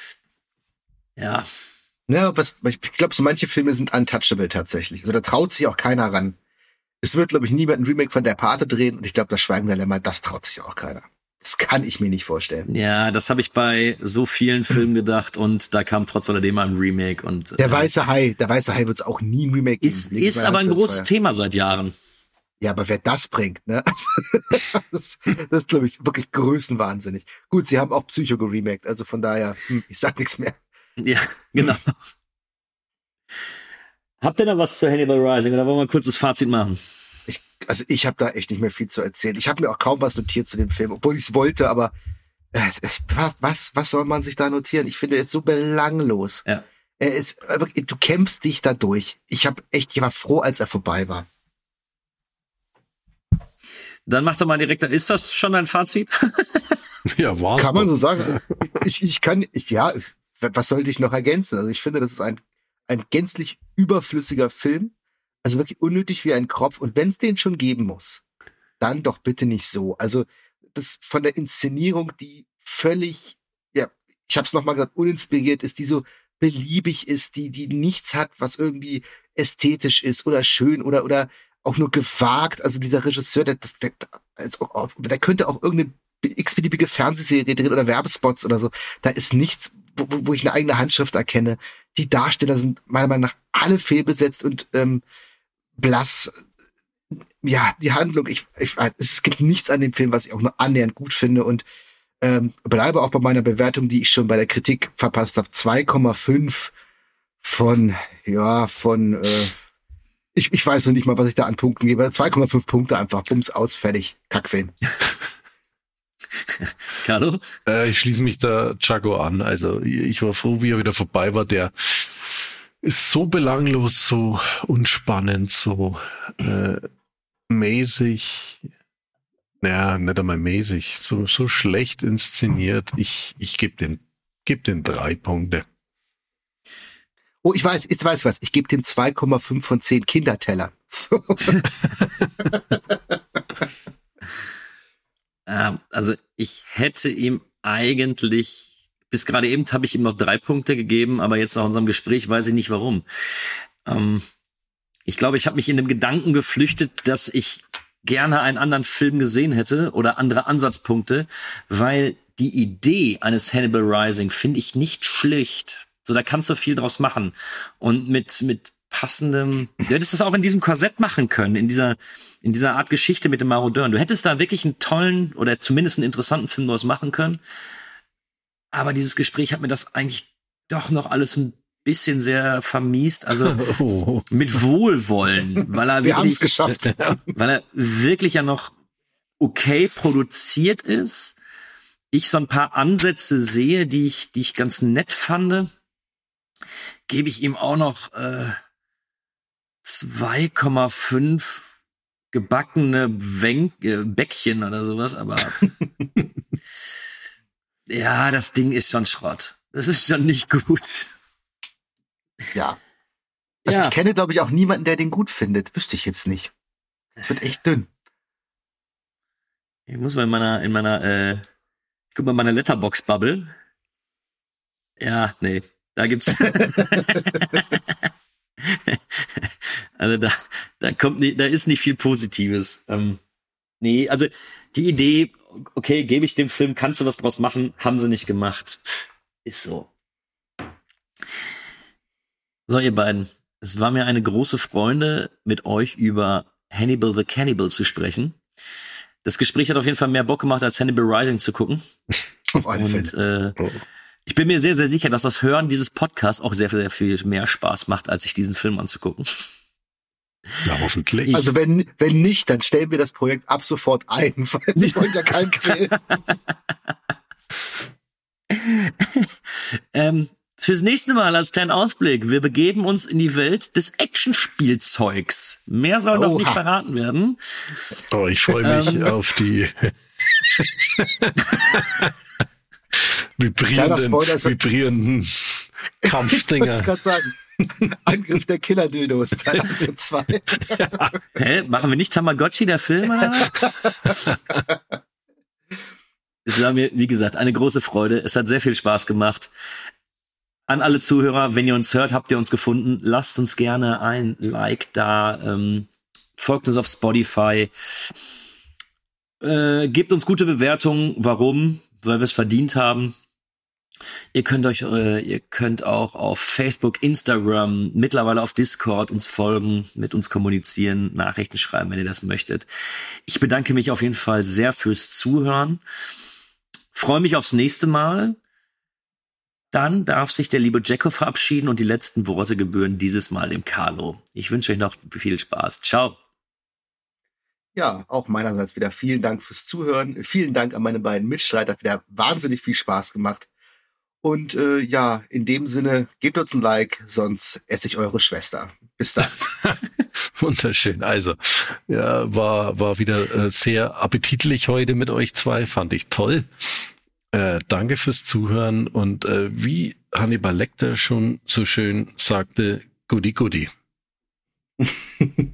ja... Ja, was, ich glaube, so manche Filme sind untouchable tatsächlich. Also da traut sich auch keiner ran. Es wird, glaube ich, niemand ein Remake von Der Pate drehen und ich glaube, das Schweigen der Lämmer, das traut sich auch keiner. Das kann ich mir nicht vorstellen. Ja, das habe ich bei so vielen Filmen gedacht und da kam trotz alledem mal ein Remake. Und Der äh, Weiße Hai, der Weiße Hai wird es auch nie ein Remake geben. ist, ist aber ein großes Thema seit Jahren. Ja, aber wer das bringt, ne? das, das ist, glaube ich, wirklich größenwahnsinnig. Gut, sie haben auch Psycho geremaked, also von daher, hm, ich sag nichts mehr. Ja, genau. Habt ihr da was zu Hannibal Rising oder wollen wir ein kurzes Fazit machen? Ich, also ich habe da echt nicht mehr viel zu erzählen. Ich habe mir auch kaum was notiert zu dem Film, obwohl ich es wollte, aber äh, was, was soll man sich da notieren? Ich finde, er ist so belanglos. Ja. Er ist, du kämpfst dich da durch. Ich habe echt, ich war froh, als er vorbei war. Dann mach doch mal direkt, ist das schon dein Fazit? Ja, war's. Kann man doch. so sagen. Ich, ich kann, ich, ja, was sollte ich noch ergänzen? Also ich finde, das ist ein, ein gänzlich überflüssiger Film. Also wirklich unnötig wie ein Kropf. Und wenn es den schon geben muss, dann doch bitte nicht so. Also das von der Inszenierung, die völlig, ja, ich habe es nochmal gesagt, uninspiriert ist, die so beliebig ist, die, die nichts hat, was irgendwie ästhetisch ist oder schön oder, oder auch nur gewagt. Also dieser Regisseur, der, das, der, also, der könnte auch irgendeine x-beliebige Fernsehserie drehen oder Werbespots oder so. Da ist nichts, wo, wo ich eine eigene Handschrift erkenne. Die Darsteller sind meiner Meinung nach alle fehlbesetzt und ähm, blass. Ja, die Handlung, ich, ich weiß, es gibt nichts an dem Film, was ich auch nur annähernd gut finde und ähm, bleibe auch bei meiner Bewertung, die ich schon bei der Kritik verpasst habe. zwei Komma fünf von, ja, von, äh, ich, ich weiß noch nicht mal, was ich da an Punkten gebe. zwei Komma fünf Punkte einfach, bums, aus, fertig, Kackfilm. Carlo? Äh, ich schließe mich da Chaco an. Also ich war froh, wie er wieder vorbei war. Der ist so belanglos, so unspannend, so äh, mäßig. Naja, nicht einmal mäßig. So, so schlecht inszeniert. Ich, ich gebe den, geb den drei Punkte. Oh, ich weiß, jetzt weiß ich was. Ich gebe dem zwei Komma fünf von zehn Kindertellern. So. Also ich hätte ihm eigentlich, bis gerade eben habe ich ihm noch drei Punkte gegeben, aber jetzt nach unserem Gespräch weiß ich nicht warum. Ähm, ich glaube, ich habe mich in dem Gedanken geflüchtet, dass ich gerne einen anderen Film gesehen hätte oder andere Ansatzpunkte, weil die Idee eines Hannibal Rising finde ich nicht schlecht. So, da kannst du viel draus machen. Und mit, mit passendem, du hättest das auch in diesem Korsett machen können, in dieser, in dieser Art Geschichte mit dem Marodeuren. Du hättest da wirklich einen tollen oder zumindest einen interessanten Film draus machen können. Aber dieses Gespräch hat mir das eigentlich doch noch alles ein bisschen sehr vermiest. Also Oh. mit Wohlwollen, weil er Wir haben es wirklich, geschafft. weil er wirklich ja noch okay produziert ist. ich so ein paar Ansätze sehe, die ich, die ich ganz nett fand, gebe ich ihm auch noch äh, zwei Komma fünf gebackene Wen- äh, Bäckchen oder sowas, aber ja, das Ding ist schon Schrott. Das ist schon nicht gut. Ja. Also Ja. ich kenne, glaube ich, auch niemanden, der den gut findet. Wüsste ich jetzt nicht. Es wird echt dünn. Ich muss mal in meiner, in meiner, äh, ich guck mal in meiner Letterbox-Bubble. Ja, nee, da gibt's. Also da, da kommt nicht, da ist nicht viel Positives. Ähm, nee, also die Idee, okay, gebe ich dem Film, kannst du was draus machen, haben sie nicht gemacht. Ist so. So, ihr beiden, es war mir eine große Freude, mit euch über Hannibal the Cannibal zu sprechen. Das Gespräch hat auf jeden Fall mehr Bock gemacht, als Hannibal Rising zu gucken. Auf alle Und Fälle. äh, ich bin mir sehr, sehr sicher, dass das Hören dieses Podcasts auch sehr, sehr viel mehr Spaß macht, als sich diesen Film anzugucken. Ja, hoffentlich. Also wenn, wenn nicht, dann stellen wir das Projekt ab sofort ein, weil wir wollen ja keinen quälen. ähm, fürs nächste Mal als kleinen Ausblick, wir begeben uns in die Welt des Actionspielzeugs. Mehr soll noch Oha. nicht verraten werden. Oh, ich freue mich Ähm. auf die Kleiner vibrierenden, Spoiler, es wird- vibrierenden Ich Kampfdinger. wollte gerade sagen. Angriff der Killer-Dildos, Teil eins und zwei. Hä? Machen wir nicht Tamagotchi, der Film, oder was? Es war mir, wie gesagt, eine große Freude. Es hat sehr viel Spaß gemacht. An alle Zuhörer, wenn ihr uns hört, habt ihr uns gefunden. Lasst uns gerne ein Like da. Ähm, folgt uns auf Spotify. Äh, gebt uns gute Bewertungen. Warum? Weil wir es verdient haben. Ihr könnt euch, äh, ihr könnt auch auf Facebook, Instagram, mittlerweile auf Discord uns folgen, mit uns kommunizieren, Nachrichten schreiben, wenn ihr das möchtet. Ich bedanke mich auf jeden Fall sehr fürs Zuhören. Freue mich aufs nächste Mal. Dann darf sich der liebe Jacko verabschieden und die letzten Worte gebühren dieses Mal dem Carlo. Ich wünsche euch noch viel Spaß. Ciao. Ja, auch meinerseits wieder vielen Dank fürs Zuhören. Vielen Dank an meine beiden Mitstreiter. Hat wieder wahnsinnig viel Spaß gemacht. Und äh, ja, in dem Sinne, gebt uns ein Like, sonst esse ich eure Schwester. Bis dann. Wunderschön. Also, ja, war, war wieder äh, sehr appetitlich heute mit euch zwei. Fand ich toll. Äh, danke fürs Zuhören. Und äh, wie Hannibal Lecter schon so schön sagte, goody goody.